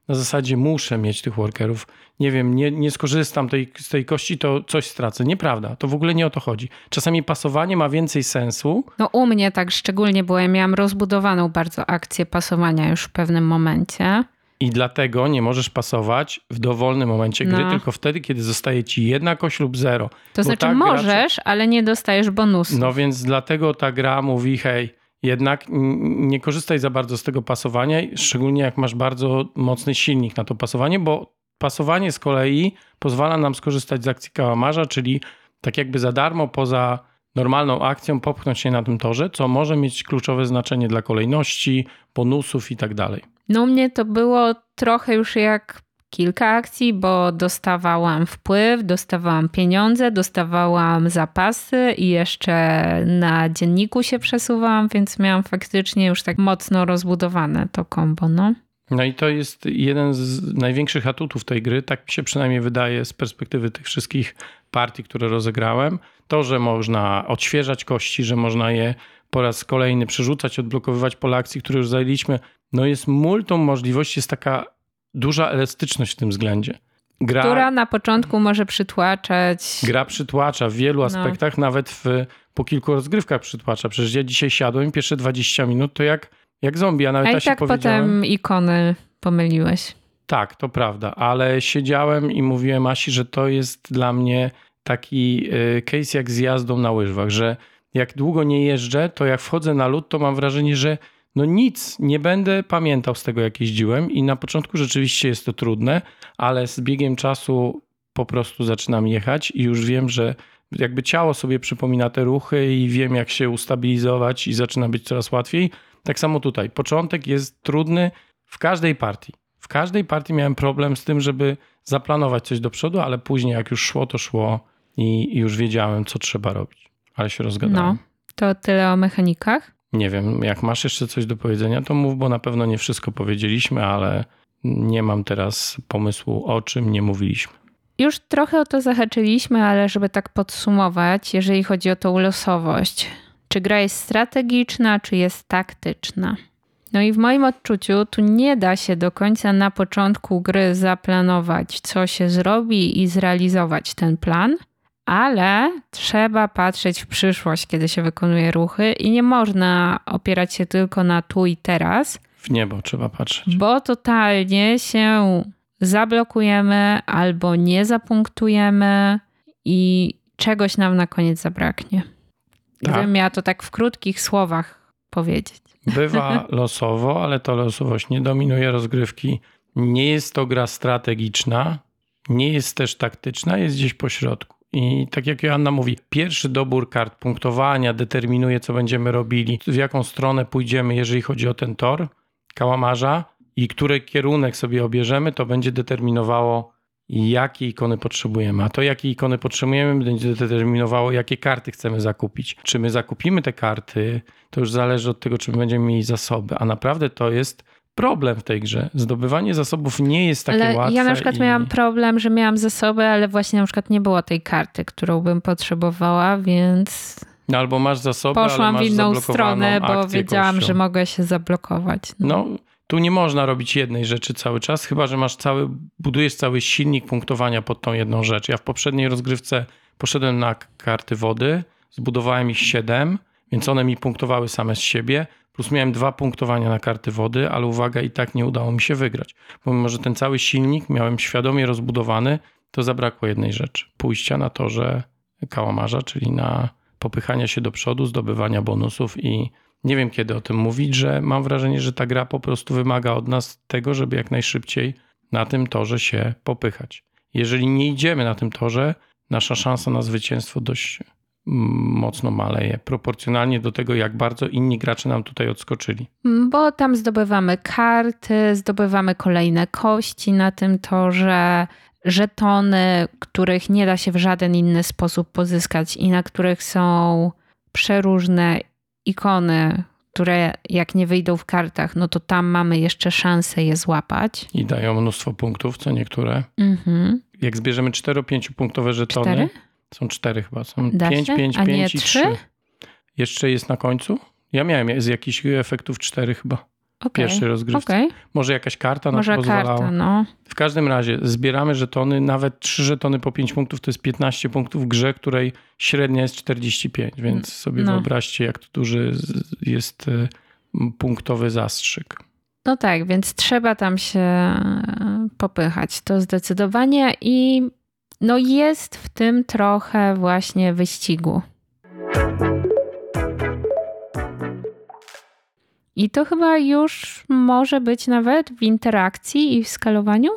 na zasadzie muszę mieć tych workerów. Nie wiem, nie skorzystam z tej kości, to coś stracę. Nieprawda, to w ogóle nie o to chodzi. Czasami pasowanie ma więcej sensu. No u mnie tak szczególnie było, ja miałam rozbudowaną bardzo akcję pasowania już w pewnym momencie. I dlatego nie możesz pasować w dowolnym momencie gry, tylko wtedy, kiedy zostaje ci jedna kość lub 0. To znaczy możesz, ale nie dostajesz bonusu. No więc dlatego ta gra mówi, hej, jednak nie korzystaj za bardzo z tego pasowania, szczególnie jak masz bardzo mocny silnik na to pasowanie, bo pasowanie z kolei pozwala nam skorzystać z akcji kałamarza, czyli tak jakby za darmo poza normalną akcją popchnąć się na tym torze, co może mieć kluczowe znaczenie dla kolejności, bonusów i tak dalej. No u mnie to było trochę już jak kilka akcji, bo dostawałam wpływ, dostawałam pieniądze, dostawałam zapasy i jeszcze na dzienniku się przesuwałam, więc miałam faktycznie już tak mocno rozbudowane to kombo, no. No i to jest jeden z największych atutów tej gry, tak mi się przynajmniej wydaje z perspektywy tych wszystkich partii, które rozegrałem. To, że można odświeżać kości, że można je po raz kolejny przerzucać, odblokowywać pole akcji, które już zajęliśmy. No jest multum możliwości, jest taka duża elastyczność w tym względzie. Która na początku może przytłaczać. Gra przytłacza w wielu aspektach, nawet po kilku rozgrywkach przytłacza. Przecież ja dzisiaj siadłem, pierwsze 20 minut to jak zombie, a nawet i tak potem ikony pomyliłeś. Tak, to prawda, ale siedziałem i mówiłem Asi, że to jest dla mnie taki case jak z jazdą na łyżwach, że jak długo nie jeżdżę, to jak wchodzę na lód, to mam wrażenie, że no nic, nie będę pamiętał z tego, jak jeździłem i na początku rzeczywiście jest to trudne, ale z biegiem czasu po prostu zaczynam jechać i już wiem, że jakby ciało sobie przypomina te ruchy i wiem, jak się ustabilizować i zaczyna być coraz łatwiej. Tak samo tutaj. Początek jest trudny w każdej partii. W każdej partii miałem problem z tym, żeby zaplanować coś do przodu, ale później jak już szło, to szło i już wiedziałem, co trzeba robić. Ale się rozgadałem. No, to tyle o mechanikach. Nie wiem, jak masz jeszcze coś do powiedzenia, to mów, bo na pewno nie wszystko powiedzieliśmy, ale nie mam teraz pomysłu, o czym nie mówiliśmy. Już trochę o to zahaczyliśmy, ale żeby tak podsumować, jeżeli chodzi o tą losowość. Czy gra jest strategiczna, czy jest taktyczna? No i w moim odczuciu tu nie da się do końca na początku gry zaplanować, co się zrobi i zrealizować ten plan, ale trzeba patrzeć w przyszłość, kiedy się wykonuje ruchy i nie można opierać się tylko na tu i teraz. W niebo trzeba patrzeć. Bo totalnie się zablokujemy albo nie zapunktujemy i czegoś nam na koniec zabraknie. Gdybym miała to tak w krótkich słowach powiedzieć. Bywa losowo, ale to losowość nie dominuje rozgrywki. Nie jest to gra strategiczna, nie jest też taktyczna, jest gdzieś po środku. I tak jak Joanna mówi, pierwszy dobór kart punktowania determinuje, co będziemy robili, w jaką stronę pójdziemy, jeżeli chodzi o ten tor kałamarza i który kierunek sobie obierzemy, to będzie determinowało, jakie ikony potrzebujemy. A to, jakie ikony potrzebujemy, będzie determinowało, jakie karty chcemy zakupić. Czy my zakupimy te karty, to już zależy od tego, czy my będziemy mieli zasoby. A naprawdę to jest problem w tej grze. Zdobywanie zasobów nie jest takie łatwe. Ja na przykład miałam problem, że miałam zasoby, ale właśnie na przykład nie było tej karty, którą bym potrzebowała, więc no, albo masz zasoby, poszłam ale masz w inną stronę, bo wiedziałam, kością. że mogę się zablokować. No, tu nie można robić jednej rzeczy cały czas, chyba że budujesz cały silnik punktowania pod tą jedną rzecz. Ja w poprzedniej rozgrywce poszedłem na karty wody, zbudowałem ich 7, więc one mi punktowały same z siebie, plus miałem 2 punktowania na karty wody, ale uwaga, i tak nie udało mi się wygrać. Pomimo że ten cały silnik miałem świadomie rozbudowany, to zabrakło jednej rzeczy. Pójścia na torze kałamarza, czyli na popychania się do przodu, zdobywania bonusów i nie wiem kiedy o tym mówić, że mam wrażenie, że ta gra po prostu wymaga od nas tego, żeby jak najszybciej na tym torze się popychać. Jeżeli nie idziemy na tym torze, nasza szansa na zwycięstwo dość mocno maleje, proporcjonalnie do tego, jak bardzo inni gracze nam tutaj odskoczyli. Bo tam zdobywamy karty, zdobywamy kolejne kości na tym torze, żetony, których nie da się w żaden inny sposób pozyskać i na których są przeróżne ikony, które jak nie wyjdą w kartach, no to tam mamy jeszcze szansę je złapać. I dają mnóstwo punktów, co niektóre. Jak zbierzemy 4-5 punktowe żetony, 4? Są 4 chyba, są Da 5, się? 5, A 5 nie i 3. Jeszcze jest na końcu? Ja miałem z jakichś efektów 4 chyba. pierwszej rozgrywce. Okej. Może jakaś karta nam Może pozwalała. karta, no. W każdym razie zbieramy żetony, nawet 3 żetony po 5 punktów to jest 15 punktów w grze, której średnia jest 45, więc sobie wyobraźcie, jak to duży jest punktowy zastrzyk. No tak, więc trzeba tam się popychać, to zdecydowanie i no jest w tym trochę właśnie wyścigu. I to chyba już może być nawet w interakcji i w skalowaniu?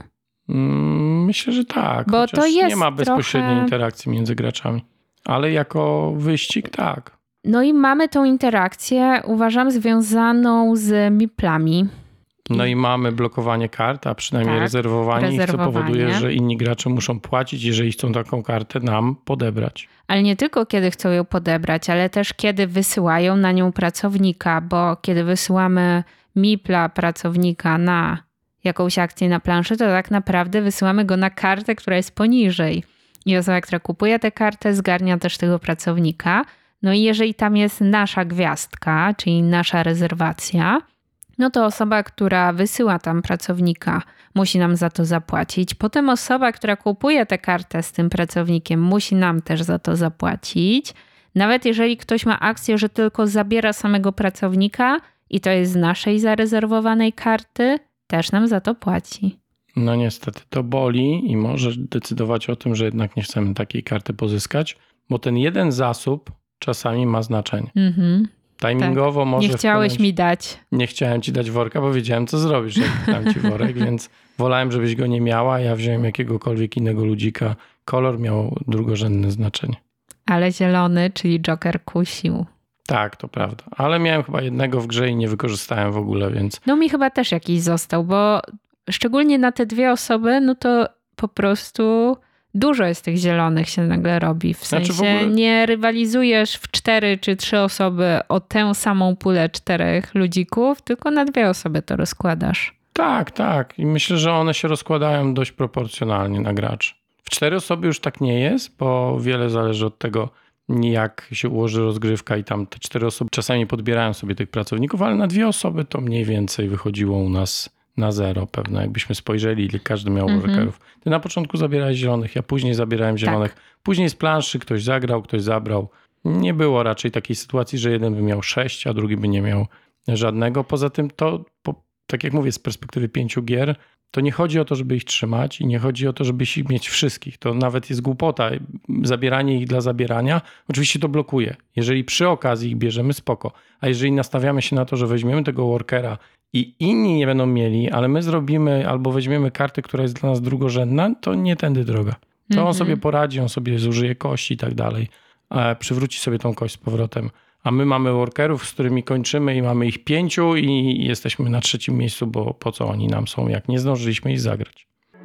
Myślę, że tak. Bo Chociaż to jest nie ma bezpośredniej trochę... interakcji między graczami. Ale jako wyścig tak. No i mamy tą interakcję, uważam, związaną z miplami. No i mamy blokowanie kart, a przynajmniej rezerwowanie ich, co powoduje, że inni gracze muszą płacić, jeżeli chcą taką kartę nam podebrać. Ale nie tylko kiedy chcą ją podebrać, ale też kiedy wysyłają na nią pracownika, bo kiedy wysyłamy mipla pracownika na jakąś akcję na planszy, to tak naprawdę wysyłamy go na kartę, która jest poniżej. I osoba, która kupuje tę kartę, zgarnia też tego pracownika. No i jeżeli tam jest nasza gwiazdka, czyli nasza rezerwacja, no to osoba, która wysyła tam pracownika, musi nam za to zapłacić. Potem osoba, która kupuje tę kartę z tym pracownikiem, musi nam też za to zapłacić. Nawet jeżeli ktoś ma akcję, że tylko zabiera samego pracownika i to jest z naszej zarezerwowanej karty, też nam za to płaci. No niestety, to boli i może decydować o tym, że jednak nie chcemy takiej karty pozyskać, bo ten jeden zasób czasami ma znaczenie. Timingowo tak. może Nie chciałeś mi dać. Nie chciałem ci dać worka, bo wiedziałem, co zrobisz, jak dam ci worek, więc wolałem, żebyś go nie miała. Ja wziąłem jakiegokolwiek innego ludzika. Kolor miał drugorzędne znaczenie. Ale zielony, czyli Joker kusił. Tak, to prawda. Ale miałem chyba jednego w grze i nie wykorzystałem w ogóle, więc... No mi chyba też jakiś został, bo szczególnie na te 2 osoby, no to po prostu... Dużo jest tych zielonych się nagle robi. W sensie w ogóle... nie rywalizujesz w 4 czy 3 osoby o tę samą pulę 4 ludzików, tylko na 2 osoby to rozkładasz. Tak, tak. I myślę, że one się rozkładają dość proporcjonalnie na graczy. W 4 osoby już tak nie jest, bo wiele zależy od tego, jak się ułoży rozgrywka i tam te 4 osoby czasami podbierają sobie tych pracowników, ale na 2 osoby to mniej więcej wychodziło u nas na 0 pewno, jakbyśmy spojrzeli, ile każdy miał workerów. Ty na początku zabierałeś zielonych, ja później zabierałem zielonych. Tak. Później z planszy ktoś zagrał, ktoś zabrał. Nie było raczej takiej sytuacji, że jeden by miał 6, a drugi by nie miał żadnego. Poza tym to, tak jak mówię, z perspektywy 5 gier, to nie chodzi o to, żeby ich trzymać i nie chodzi o to, żeby ich mieć wszystkich. To nawet jest głupota. Zabieranie ich dla zabierania oczywiście to blokuje. Jeżeli przy okazji ich bierzemy, spoko. A jeżeli nastawiamy się na to, że weźmiemy tego workera i inni nie będą mieli, ale my zrobimy albo weźmiemy kartę, która jest dla nas drugorzędna, to nie tędy droga. To on sobie poradzi, on sobie zużyje kości i tak dalej. Przywróci sobie tą kość z powrotem. A my mamy workerów, z którymi kończymy i mamy ich 5 i jesteśmy na 3. miejscu, bo po co oni nam są, jak nie zdążyliśmy ich zagrać.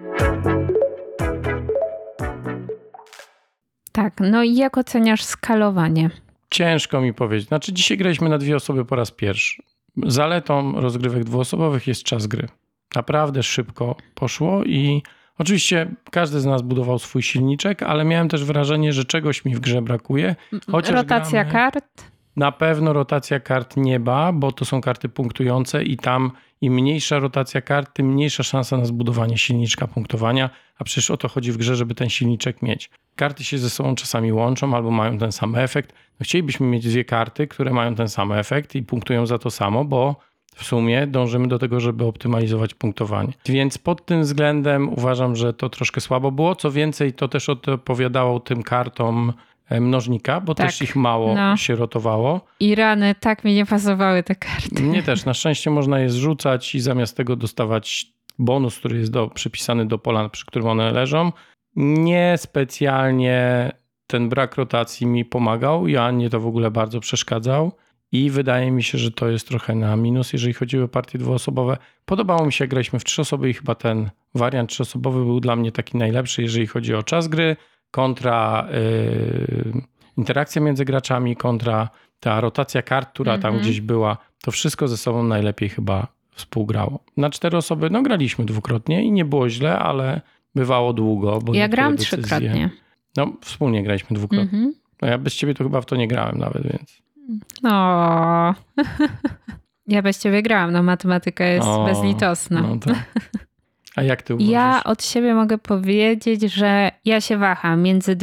Tak, no i jak oceniasz skalowanie? Ciężko mi powiedzieć. Znaczy dzisiaj graliśmy na 2 osoby po raz pierwszy. Zaletą rozgrywek 2-osobowych jest czas gry. Naprawdę szybko poszło i oczywiście każdy z nas budował swój silniczek, ale miałem też wrażenie, że czegoś mi w grze brakuje. Rotacja kart? Na pewno rotacja kart nieba, bo to są karty punktujące i tam im mniejsza rotacja kart, tym mniejsza szansa na zbudowanie silniczka punktowania, a przecież o to chodzi w grze, żeby ten silniczek mieć. Karty się ze sobą czasami łączą albo mają ten sam efekt. No chcielibyśmy mieć 2 karty, które mają ten sam efekt i punktują za to samo, bo w sumie dążymy do tego, żeby optymalizować punktowanie. Więc pod tym względem uważam, że to troszkę słabo było. Co więcej, to też odpowiadało tym kartom mnożnika, bo też ich mało się rotowało. I rany, tak mi nie pasowały te karty. Mnie też. Na szczęście można je zrzucać i zamiast tego dostawać bonus, który jest przypisany do pola, przy którym one leżą. Niespecjalnie ten brak rotacji mi pomagał. Joannie to w ogóle bardzo przeszkadzał i wydaje mi się, że to jest trochę na minus, jeżeli chodzi o partie 2-osobowe. Podobało mi się, jak graliśmy w 3 osoby i chyba ten wariant 3-osobowy był dla mnie taki najlepszy, jeżeli chodzi o czas gry, kontra interakcja między graczami, kontra ta rotacja kart, która tam gdzieś była. To wszystko ze sobą najlepiej chyba współgrało. Na 4 osoby graliśmy 2-krotnie i nie było źle, ale bywało długo. Bo ja grałam 3-krotnie. No, wspólnie graliśmy 2-krotnie. No ja bez ciebie to chyba w to nie grałem nawet, więc... O. Ja bez ciebie grałam, no matematyka jest bezlitosna. No tak. A jak ty uważasz? Ja od siebie mogę powiedzieć, że ja się waham między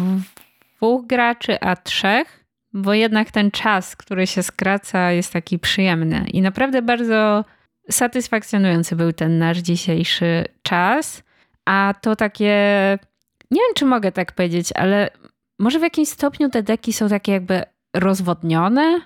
2 graczy a 3, bo jednak ten czas, który się skraca, jest taki przyjemny. I naprawdę bardzo satysfakcjonujący był ten nasz dzisiejszy czas. A to takie, nie wiem czy mogę tak powiedzieć, ale może w jakimś stopniu te deki są takie jakby rozwodnione,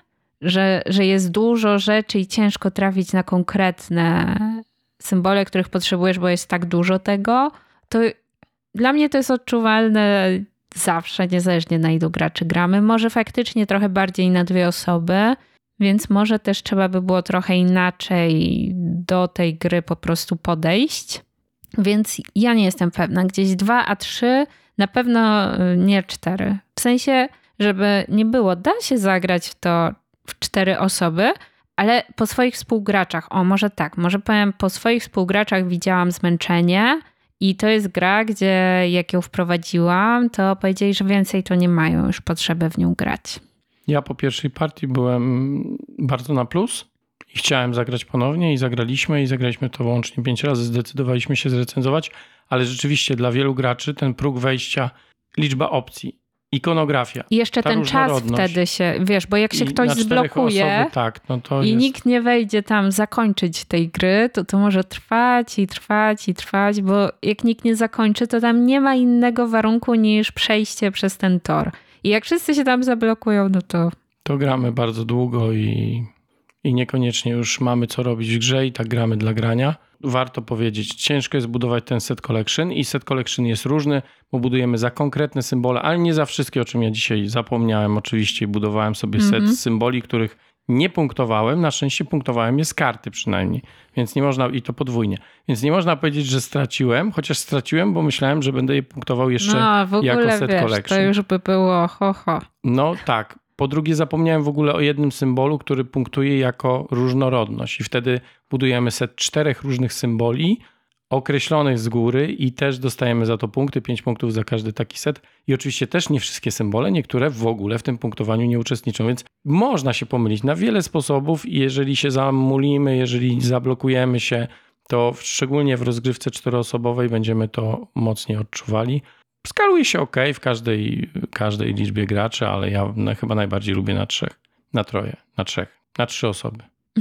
że jest dużo rzeczy i ciężko trafić na konkretne symbole, których potrzebujesz, bo jest tak dużo tego. To dla mnie to jest odczuwalne zawsze, niezależnie na ilu graczy gramy. Może faktycznie trochę bardziej na 2 osoby, więc może też trzeba by było trochę inaczej do tej gry po prostu podejść. Więc ja nie jestem pewna. Gdzieś 2 a 3, na pewno nie 4. W sensie, żeby nie było, da się zagrać w to w 4 osoby, ale po swoich współgraczach, może tak, może powiem, po swoich współgraczach widziałam zmęczenie i to jest gra, gdzie jak ją wprowadziłam, to powiedzieli, że więcej to nie mają już potrzeby w nią grać. Ja po pierwszej partii byłem bardzo na plus i chciałem zagrać ponownie i zagraliśmy to łącznie 5 razy, zdecydowaliśmy się zrecenzować, ale rzeczywiście dla wielu graczy ten próg wejścia, liczba opcji, ikonografia. I jeszcze ten czas wtedy się, wiesz, bo jak się ktoś zblokuje osoby, tak, no to i jest... nikt nie wejdzie tam zakończyć tej gry, to może trwać i trwać i trwać, bo jak nikt nie zakończy, to tam nie ma innego warunku niż przejście przez ten tor. I jak wszyscy się tam zablokują, no to... To gramy bardzo długo i niekoniecznie już mamy co robić w grze i tak gramy dla grania. Warto powiedzieć, ciężko jest budować ten set collection i set collection jest różny, bo budujemy za konkretne symbole, ale nie za wszystkie, o czym ja dzisiaj zapomniałem oczywiście. Budowałem sobie set symboli, których nie punktowałem. Na szczęście punktowałem je z karty przynajmniej, więc nie można, i to podwójnie. Więc nie można powiedzieć, że straciłem, chociaż straciłem, bo myślałem, że będę je punktował jeszcze w ogóle, jako set collection. To już by było ho. No tak. Po drugie zapomniałem w ogóle o jednym symbolu, który punktuje jako różnorodność i wtedy budujemy set 4 różnych symboli określonych z góry i też dostajemy za to punkty, 5 punktów za każdy taki set. I oczywiście też nie wszystkie symbole, niektóre w ogóle w tym punktowaniu nie uczestniczą, więc można się pomylić na wiele sposobów i jeżeli się zamulimy, jeżeli zablokujemy się, to szczególnie w rozgrywce 4-osobowej będziemy to mocniej odczuwali. Skaluje się ok w każdej liczbie graczy, ale ja chyba najbardziej lubię na 3, na 3, na 3 osoby.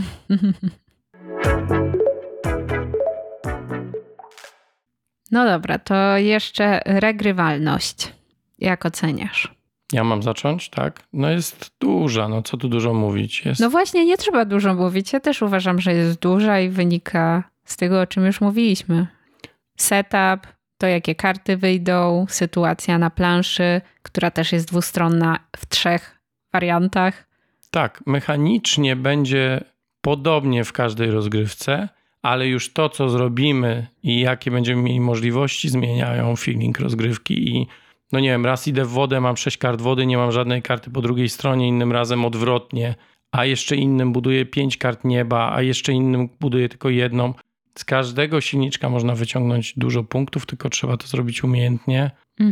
No dobra, to jeszcze regrywalność. Jak oceniasz? Ja mam zacząć, tak? No jest duża, no co tu dużo mówić. Jest... No właśnie, nie trzeba dużo mówić. Ja też uważam, że jest duża i wynika z tego, o czym już mówiliśmy. Setup, to jakie karty wyjdą, sytuacja na planszy, która też jest dwustronna w 3 wariantach. Tak, mechanicznie będzie podobnie w każdej rozgrywce, ale już to, co zrobimy i jakie będziemy mieli możliwości, zmieniają feeling rozgrywki i no nie wiem, raz idę w wodę, mam 6 kart wody, nie mam żadnej karty po drugiej stronie, innym razem odwrotnie, a jeszcze innym buduję 5 kart nieba, a jeszcze innym buduję tylko jedną. Z każdego silniczka można wyciągnąć dużo punktów, tylko trzeba to zrobić umiejętnie.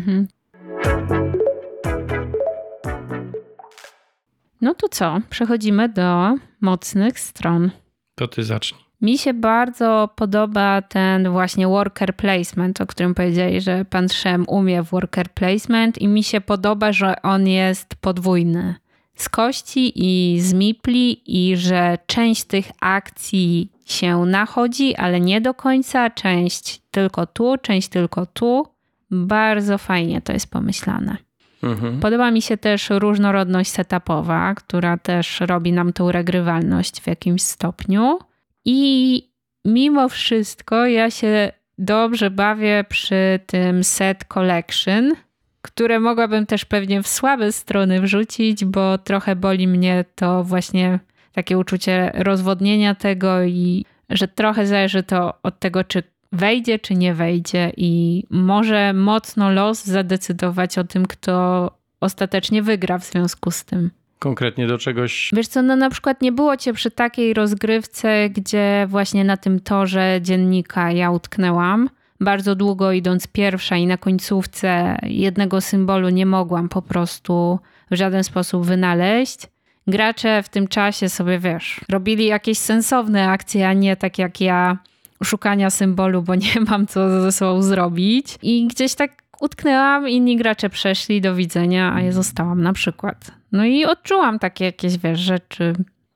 No to co? Przechodzimy do mocnych stron. To ty zacznij. Mi się bardzo podoba ten właśnie worker placement, o którym powiedzieli, że pan Trzem umie w worker placement i mi się podoba, że on jest podwójny. Z kości i z mipli i że część tych akcji się nachodzi, ale nie do końca. Część tylko tu, część tylko tu. Bardzo fajnie to jest pomyślane. Podoba mi się też różnorodność setupowa, która też robi nam tą regrywalność w jakimś stopniu. I mimo wszystko ja się dobrze bawię przy tym set collection, które mogłabym też pewnie w słabe strony wrzucić, bo trochę boli mnie to właśnie takie uczucie rozwodnienia tego i że trochę zależy to od tego, czy wejdzie, czy nie wejdzie i może mocno los zadecydować o tym, kto ostatecznie wygra w związku z tym. Konkretnie do czegoś... Wiesz co, no na przykład nie było cię przy takiej rozgrywce, gdzie właśnie na tym torze dziennika ja utknęłam. Bardzo długo idąc pierwsza i na końcówce jednego symbolu nie mogłam po prostu w żaden sposób wynaleźć. gracze w tym czasie sobie, wiesz, robili jakieś sensowne akcje, a nie tak jak ja, szukania symbolu, bo nie mam co ze sobą zrobić. I gdzieś tak utknęłam, inni gracze przeszli, do widzenia, a ja zostałam na przykład. No i odczułam takie jakieś, wiesz, rzeczy.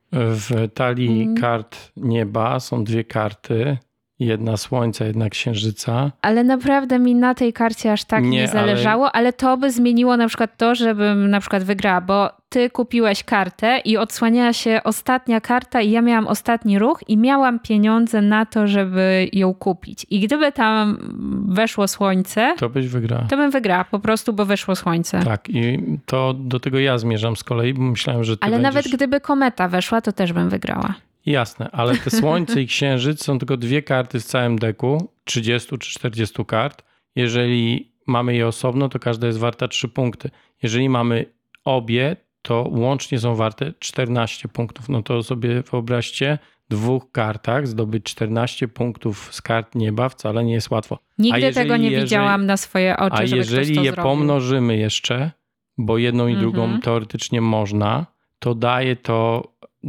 W talii kart nieba są 2 karty. Jedna słońca, jedna księżyca. Ale naprawdę mi na tej karcie aż tak nie zależało, ale to by zmieniło na przykład to, żebym na przykład wygrała, bo ty kupiłeś kartę i odsłaniała się ostatnia karta i ja miałam ostatni ruch i miałam pieniądze na to, żeby ją kupić. I gdyby tam weszło słońce, to byś wygrała. To bym wygrała po prostu, bo weszło słońce. Tak, i to do tego ja zmierzam z kolei, bo myślałem, że ty Ale będziesz... nawet gdyby kometa weszła, to też bym wygrała. Jasne, ale te słońce i księżyc są tylko 2 karty w całym deku, 30 czy 40 kart. Jeżeli mamy je osobno, to każda jest warta 3 punkty. Jeżeli mamy obie, to łącznie są warte 14 punktów. No to sobie wyobraźcie, w 2 kartach zdobyć 14 punktów z kart nieba wcale nie jest łatwo. Nigdy tego nie widziałam na swoje oczy, a żeby ktoś to jeżeli je zrobił. pomnożymy jeszcze, bo jedną i drugą teoretycznie można, to daje to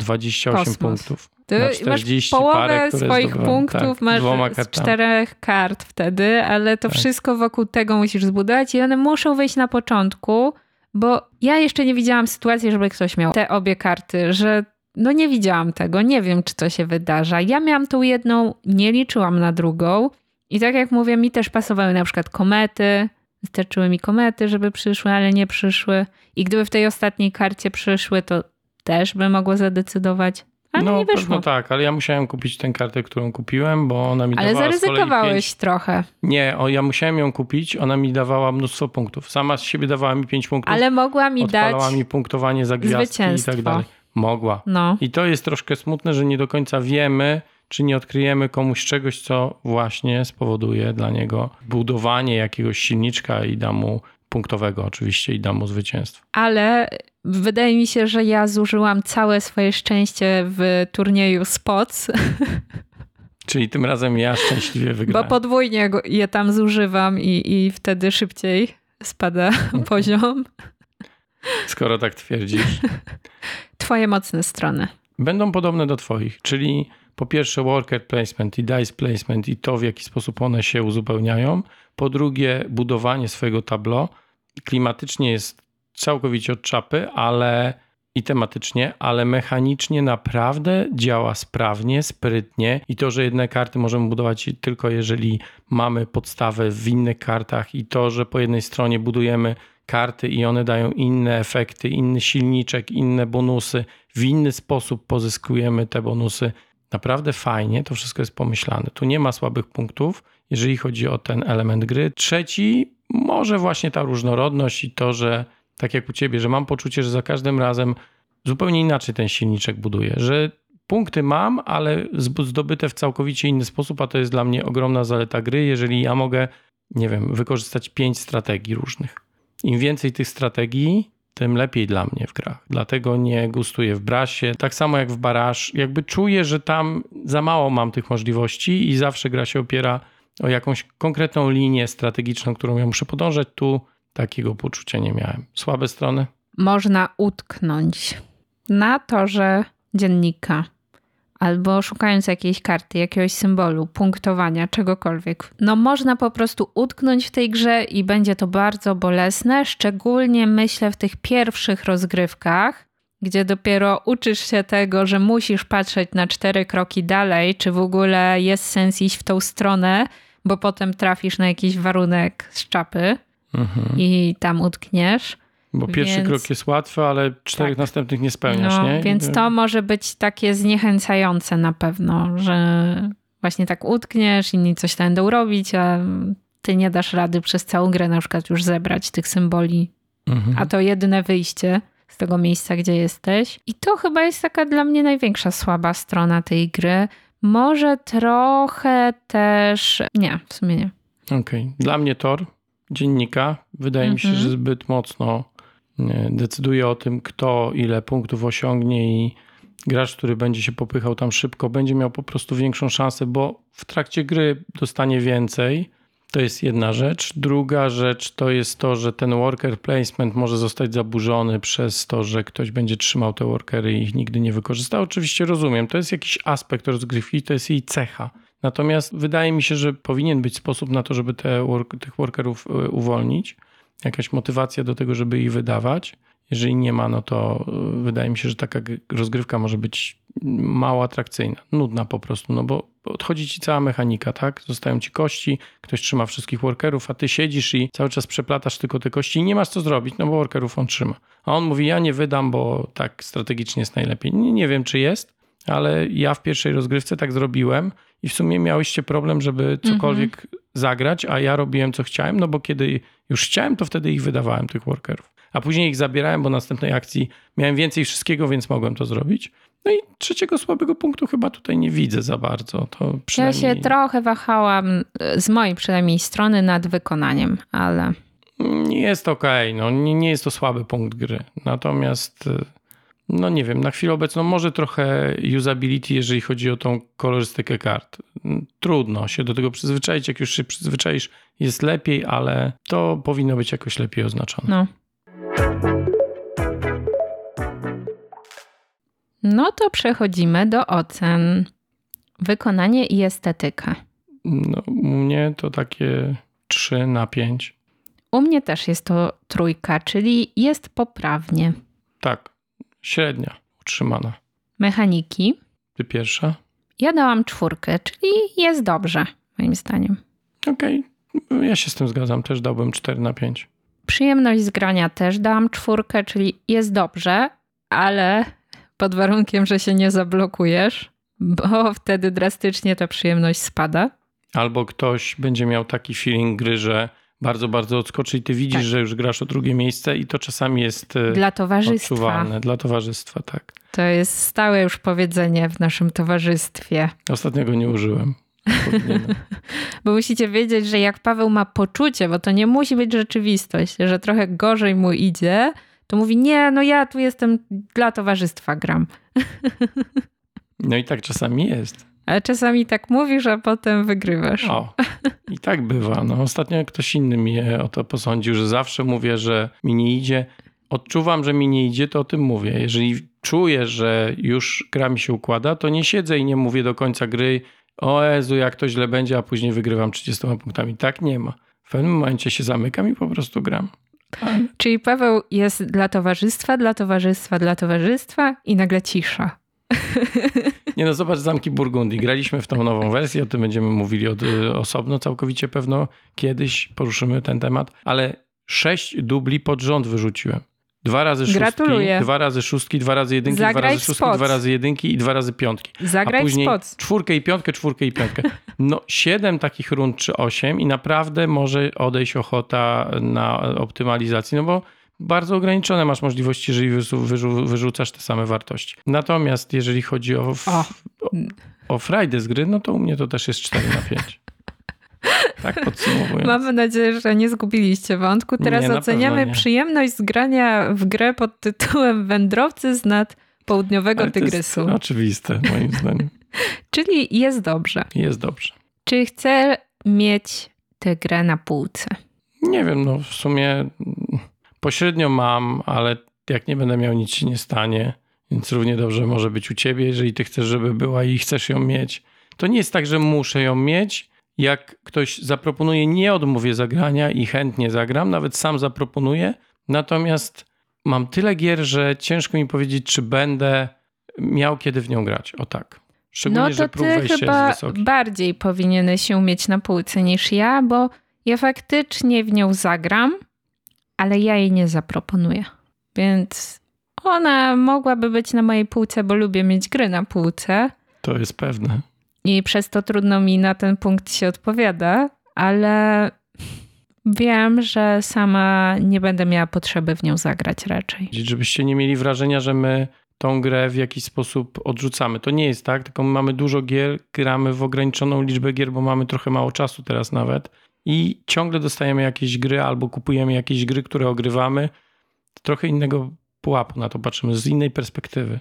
28 Kosmos. punktów. Ty na 40 masz połowę parę, które swoich zdobywam. punktów, Tak, masz 2 z kartami. 4 kart wtedy, ale to wszystko wokół tego musisz zbudować i one muszą wyjść na początku, bo ja jeszcze nie widziałam sytuacji, żeby ktoś miał te obie karty, że no nie widziałam tego, nie wiem, czy to się wydarza. Ja miałam tą jedną, nie liczyłam na drugą i tak jak mówię, mi też pasowały na przykład komety, wystarczyły mi komety, żeby przyszły, ale nie przyszły i gdyby w tej ostatniej karcie przyszły, to też by mogło zadecydować. Ale no nie wyszło. No tak, ale ja musiałem kupić tę kartę, którą kupiłem, bo ona mi ale dawała zaryzykowałeś trochę. Nie, ja musiałem ją kupić, ona mi dawała mnóstwo punktów. Sama z siebie dawała mi 5 punktów. Ale mogła mi dać odpalała mi punktowanie za gwiazdki i tak dalej. Mogła. No. I to jest troszkę smutne, że nie do końca wiemy, czy nie odkryjemy komuś czegoś, co właśnie spowoduje dla niego budowanie jakiegoś silniczka i da mu punktowego oczywiście i da mu zwycięstwo. Ale wydaje mi się, że ja zużyłam całe swoje szczęście w turnieju SPOC. Czyli tym razem ja szczęśliwie wygrałem. Bo podwójnie je tam zużywam i wtedy szybciej spada poziom. Skoro tak twierdzisz. Twoje mocne strony. Będą podobne do twoich, czyli po pierwsze worker placement i dice placement i to, w jaki sposób one się uzupełniają. Po drugie budowanie swojego tableau. Klimatycznie jest całkowicie od czapy, i tematycznie, ale mechanicznie naprawdę działa sprawnie, sprytnie i to, że jedne karty możemy budować tylko jeżeli mamy podstawę w innych kartach i to, że po jednej stronie budujemy karty i one dają inne efekty, inny silniczek, inne bonusy, w inny sposób pozyskujemy te bonusy. Naprawdę fajnie, to wszystko jest pomyślane. Tu nie ma słabych punktów, jeżeli chodzi o ten element gry. Trzeci, może właśnie ta różnorodność i to, że tak jak u ciebie, że mam poczucie, że za każdym razem zupełnie inaczej ten silniczek buduję, że punkty mam, ale zdobyte w całkowicie inny sposób, a to jest dla mnie ogromna zaleta gry, jeżeli ja mogę, nie wiem, wykorzystać 5 strategii różnych. Im więcej tych strategii, tym lepiej dla mnie w grach. Dlatego nie gustuję w Brassie. Tak samo jak w Baraż. Jakby czuję, że tam za mało mam tych możliwości i zawsze gra się opiera o jakąś konkretną linię strategiczną, którą ja muszę podążać. Tu takiego poczucia nie miałem. Słabe strony? Można utknąć na torze dziennika albo szukając jakiejś karty, jakiegoś symbolu, punktowania, czegokolwiek. No można po prostu utknąć w tej grze i będzie to bardzo bolesne, szczególnie myślę w tych pierwszych rozgrywkach, gdzie dopiero uczysz się tego, że musisz patrzeć na 4 kroki dalej, czy w ogóle jest sens iść w tą stronę, bo potem trafisz na jakiś warunek z czapy i tam utkniesz. Bo pierwszy krok jest łatwy, ale 4 następnych nie spełniasz, nie? Więc to może być takie zniechęcające na pewno, że właśnie tak utkniesz, inni coś tam będą robić, a ty nie dasz rady przez całą grę na przykład już zebrać tych symboli. A to jedyne wyjście z tego miejsca, gdzie jesteś. I to chyba jest taka dla mnie największa słaba strona tej gry. Może trochę też... Nie, w sumie nie. Okej. Dla mnie tor dziennika wydaje mi się, że zbyt mocno decyduje o tym, kto ile punktów osiągnie i gracz, który będzie się popychał tam szybko, będzie miał po prostu większą szansę, bo w trakcie gry dostanie więcej, To jest jedna rzecz. Druga rzecz to jest to, że ten worker placement może zostać zaburzony przez to, że ktoś będzie trzymał te workery i ich nigdy nie wykorzysta. Oczywiście rozumiem, to jest jakiś aspekt rozgrywki, to jest jej cecha. Natomiast wydaje mi się, że powinien być sposób na to, żeby tych workerów uwolnić. Jakaś motywacja do tego, żeby ich wydawać. Jeżeli nie ma, no to wydaje mi się, że taka rozgrywka może być mało atrakcyjna, nudna po prostu, no bo odchodzi ci cała mechanika, tak? Zostają ci kości, ktoś trzyma wszystkich workerów, a ty siedzisz i cały czas przeplatasz tylko te kości i nie masz co zrobić, no bo workerów on trzyma. A on mówi, ja nie wydam, bo tak strategicznie jest najlepiej. Nie wiem, czy jest, ale ja w pierwszej rozgrywce tak zrobiłem i w sumie miałyście problem, żeby cokolwiek zagrać, a ja robiłem co chciałem, no bo kiedy już chciałem, to wtedy ich wydawałem, tych workerów. A później ich zabierałem, bo następnej akcji miałem więcej wszystkiego, więc mogłem to zrobić. No i trzeciego słabego punktu chyba tutaj nie widzę za bardzo. To przynajmniej... Ja się trochę wahałam z mojej przynajmniej strony nad wykonaniem, ale... Jest okej, no nie jest to słaby punkt gry. Natomiast, no nie wiem, na chwilę obecną może trochę usability, jeżeli chodzi o tą kolorystykę kart. Trudno się do tego przyzwyczaić. Jak już się przyzwyczaisz, jest lepiej, ale to powinno być jakoś lepiej oznaczone. No to przechodzimy do ocen. Wykonanie i estetyka. No, u mnie to takie 3/5. U mnie też jest to 3, czyli jest poprawnie. Tak, średnia, utrzymana. Mechaniki. Ty pierwsza? Ja dałam 4, czyli jest dobrze, moim zdaniem. Okej, ja się z tym zgadzam, też dałbym 4/5. Przyjemność z grania też dałam 4, czyli jest dobrze, ale pod warunkiem, że się nie zablokujesz, bo wtedy drastycznie ta przyjemność spada. Albo ktoś będzie miał taki feeling gry, że bardzo, bardzo odskoczy i ty widzisz, że już grasz o drugie miejsce i to czasami jest dla towarzystwa. odczuwalne. Dla towarzystwa, tak. To jest stałe już powiedzenie w naszym towarzystwie. Ostatnio go nie użyłem. Bo musicie wiedzieć, że jak Paweł ma poczucie, bo to nie musi być rzeczywistość, że trochę gorzej mu idzie, to mówi, nie, no ja tu jestem dla towarzystwa gram. No i tak czasami jest. Ale czasami tak mówisz, a potem wygrywasz. O, i tak bywa. No, ostatnio ktoś inny mnie o to posądził, że zawsze mówię, że mi nie idzie. Odczuwam, że mi nie idzie, to o tym mówię. Jeżeli czuję, że już gra mi się układa, to nie siedzę i nie mówię do końca gry, o Jezu, jak to źle będzie, a później wygrywam 30 punktami. Tak nie ma. W pewnym momencie się zamykam i po prostu gram. Ale... Czyli Paweł jest dla towarzystwa, dla towarzystwa, dla towarzystwa i nagle cisza. Nie no, zobacz Zamki Burgundii. Graliśmy w tą nową wersję, o tym będziemy mówili osobno całkowicie pewno. Kiedyś poruszymy ten temat, ale 6 dubli pod rząd wyrzuciłem. 2 razy szóstki, Gratuluję. 2 razy szóstki, 2 razy jedynki, Zagraj 2 razy w szóstki, spoc. 2 razy jedynki i 2 razy piątki. Zagraj a później w spoc. 4 i 5, 4 i 5. No 7 takich rund czy 8 i naprawdę może odejść ochota na optymalizacji, no bo bardzo ograniczone masz możliwości, jeżeli wyrzucasz te same wartości. Natomiast jeżeli chodzi o frajdę z gry, no to u mnie to też jest 4/5. Tak podsumowując. Mamy nadzieję, że nie zgubiliście wątku. Teraz Nie, na oceniamy pewno nie. przyjemność z grania w grę pod tytułem Wędrowcy z nad południowego Ale to Tygrysu. jest oczywiste, moim zdaniem. Czyli jest dobrze. Jest dobrze. Czy chcę mieć tę grę na półce? Nie wiem, no w sumie pośrednio mam, ale jak nie będę miał, nic się nie stanie. Więc równie dobrze może być u ciebie, jeżeli ty chcesz, żeby była i chcesz ją mieć. To nie jest tak, że muszę ją mieć. Jak ktoś zaproponuje, nie odmówię zagrania i chętnie zagram, nawet sam zaproponuję. Natomiast mam tyle gier, że ciężko mi powiedzieć, czy będę miał kiedy w nią grać. O tak. Szczególnie, No że to próg ty wejścia chyba jest wysoki. bardziej powinieneś się mieć na półce niż ja, bo ja faktycznie w nią zagram, ale ja jej nie zaproponuję. Więc ona mogłaby być na mojej półce, bo lubię mieć gry na półce. To jest pewne. I przez to trudno mi na ten punkt się odpowiada, ale wiem, że sama nie będę miała potrzeby w nią zagrać raczej. Żebyście nie mieli wrażenia, że my tą grę w jakiś sposób odrzucamy. To nie jest tak, tylko my mamy dużo gier, gramy w ograniczoną liczbę gier, bo mamy trochę mało czasu teraz nawet i ciągle dostajemy jakieś gry albo kupujemy jakieś gry, które ogrywamy. Trochę innego pułapu na to patrzymy, z innej perspektywy.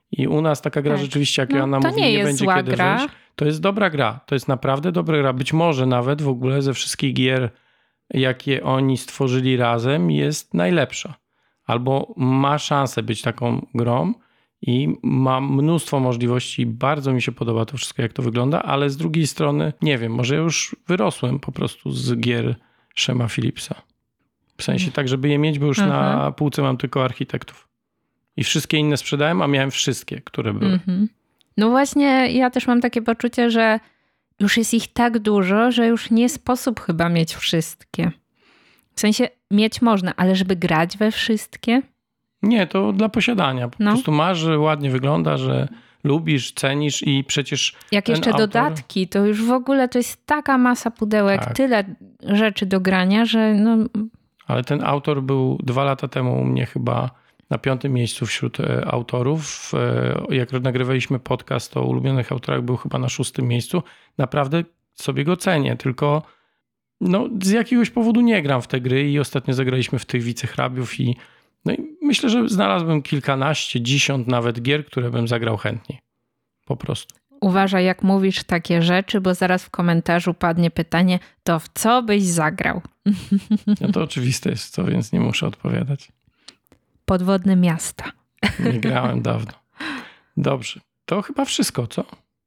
I u nas taka gra Tak. rzeczywiście, jak No, Joanna to mówi, nie nie jest będzie zła kiedy gra. żyć. To jest dobra gra. To jest naprawdę dobra gra. Być może nawet w ogóle ze wszystkich gier, jakie oni stworzyli razem, jest najlepsza. Albo ma szansę być taką grą i ma mnóstwo możliwości. Bardzo mi się podoba to wszystko, jak to wygląda, ale z drugiej strony, nie wiem, może już wyrosłem po prostu z gier Shema Phillipsa. W sensie tak, żeby je mieć, bo już na półce mam tylko architektów. I wszystkie inne sprzedałem, a miałem wszystkie, które były. No właśnie, ja też mam takie poczucie, że już jest ich tak dużo, że już nie sposób chyba mieć wszystkie. W sensie mieć można, ale żeby grać we wszystkie? Nie, to dla posiadania. Po No. prostu masz, że ładnie wygląda, że lubisz, cenisz i przecież Jak ten jeszcze autor... dodatki, to już w ogóle to jest taka masa pudełek, Tak. tyle rzeczy do grania, że no... Ale ten autor był 2 lata temu u mnie chyba na 5. miejscu wśród autorów. Jak nagrywaliśmy podcast o ulubionych autorach, był chyba na 6. miejscu. Naprawdę sobie go cenię, tylko no, z jakiegoś powodu nie gram w te gry i ostatnio zagraliśmy w tych wicehrabiów i myślę, że znalazłbym kilkanaście, 10 nawet gier, które bym zagrał chętniej. Po prostu. Uważaj, jak mówisz takie rzeczy, bo zaraz w komentarzu padnie pytanie, to w co byś zagrał? No to oczywiste jest co, więc nie muszę odpowiadać. Podwodne miasta. Nie grałem dawno. Dobrze. To chyba wszystko, co?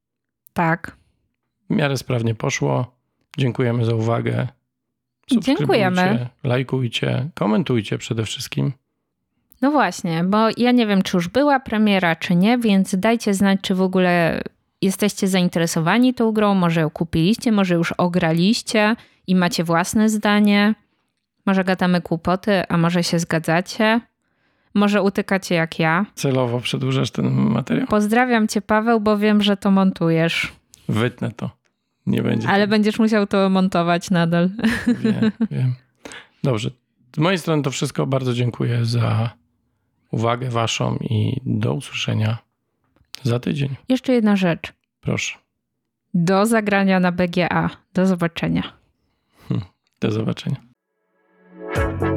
Tak. W miarę sprawnie poszło. Dziękujemy za uwagę. Dziękujemy. Lajkujcie, komentujcie przede wszystkim. No właśnie, bo ja nie wiem, czy już była premiera, czy nie, więc dajcie znać, czy w ogóle jesteście zainteresowani tą grą, może ją kupiliście, może już ograliście i macie własne zdanie. Może gadamy kłopoty, a może się zgadzacie. Może utykacie jak ja. Celowo przedłużasz ten materiał? Pozdrawiam cię, Paweł, bo wiem, że to montujesz. Wytnę to. Nie będzie. Ale będziesz musiał to montować nadal. Wiem. Dobrze. Z mojej strony to wszystko. Bardzo dziękuję za uwagę waszą i do usłyszenia za tydzień. Jeszcze jedna rzecz. Proszę. Do zagrania na BGA. Do zobaczenia. Do zobaczenia.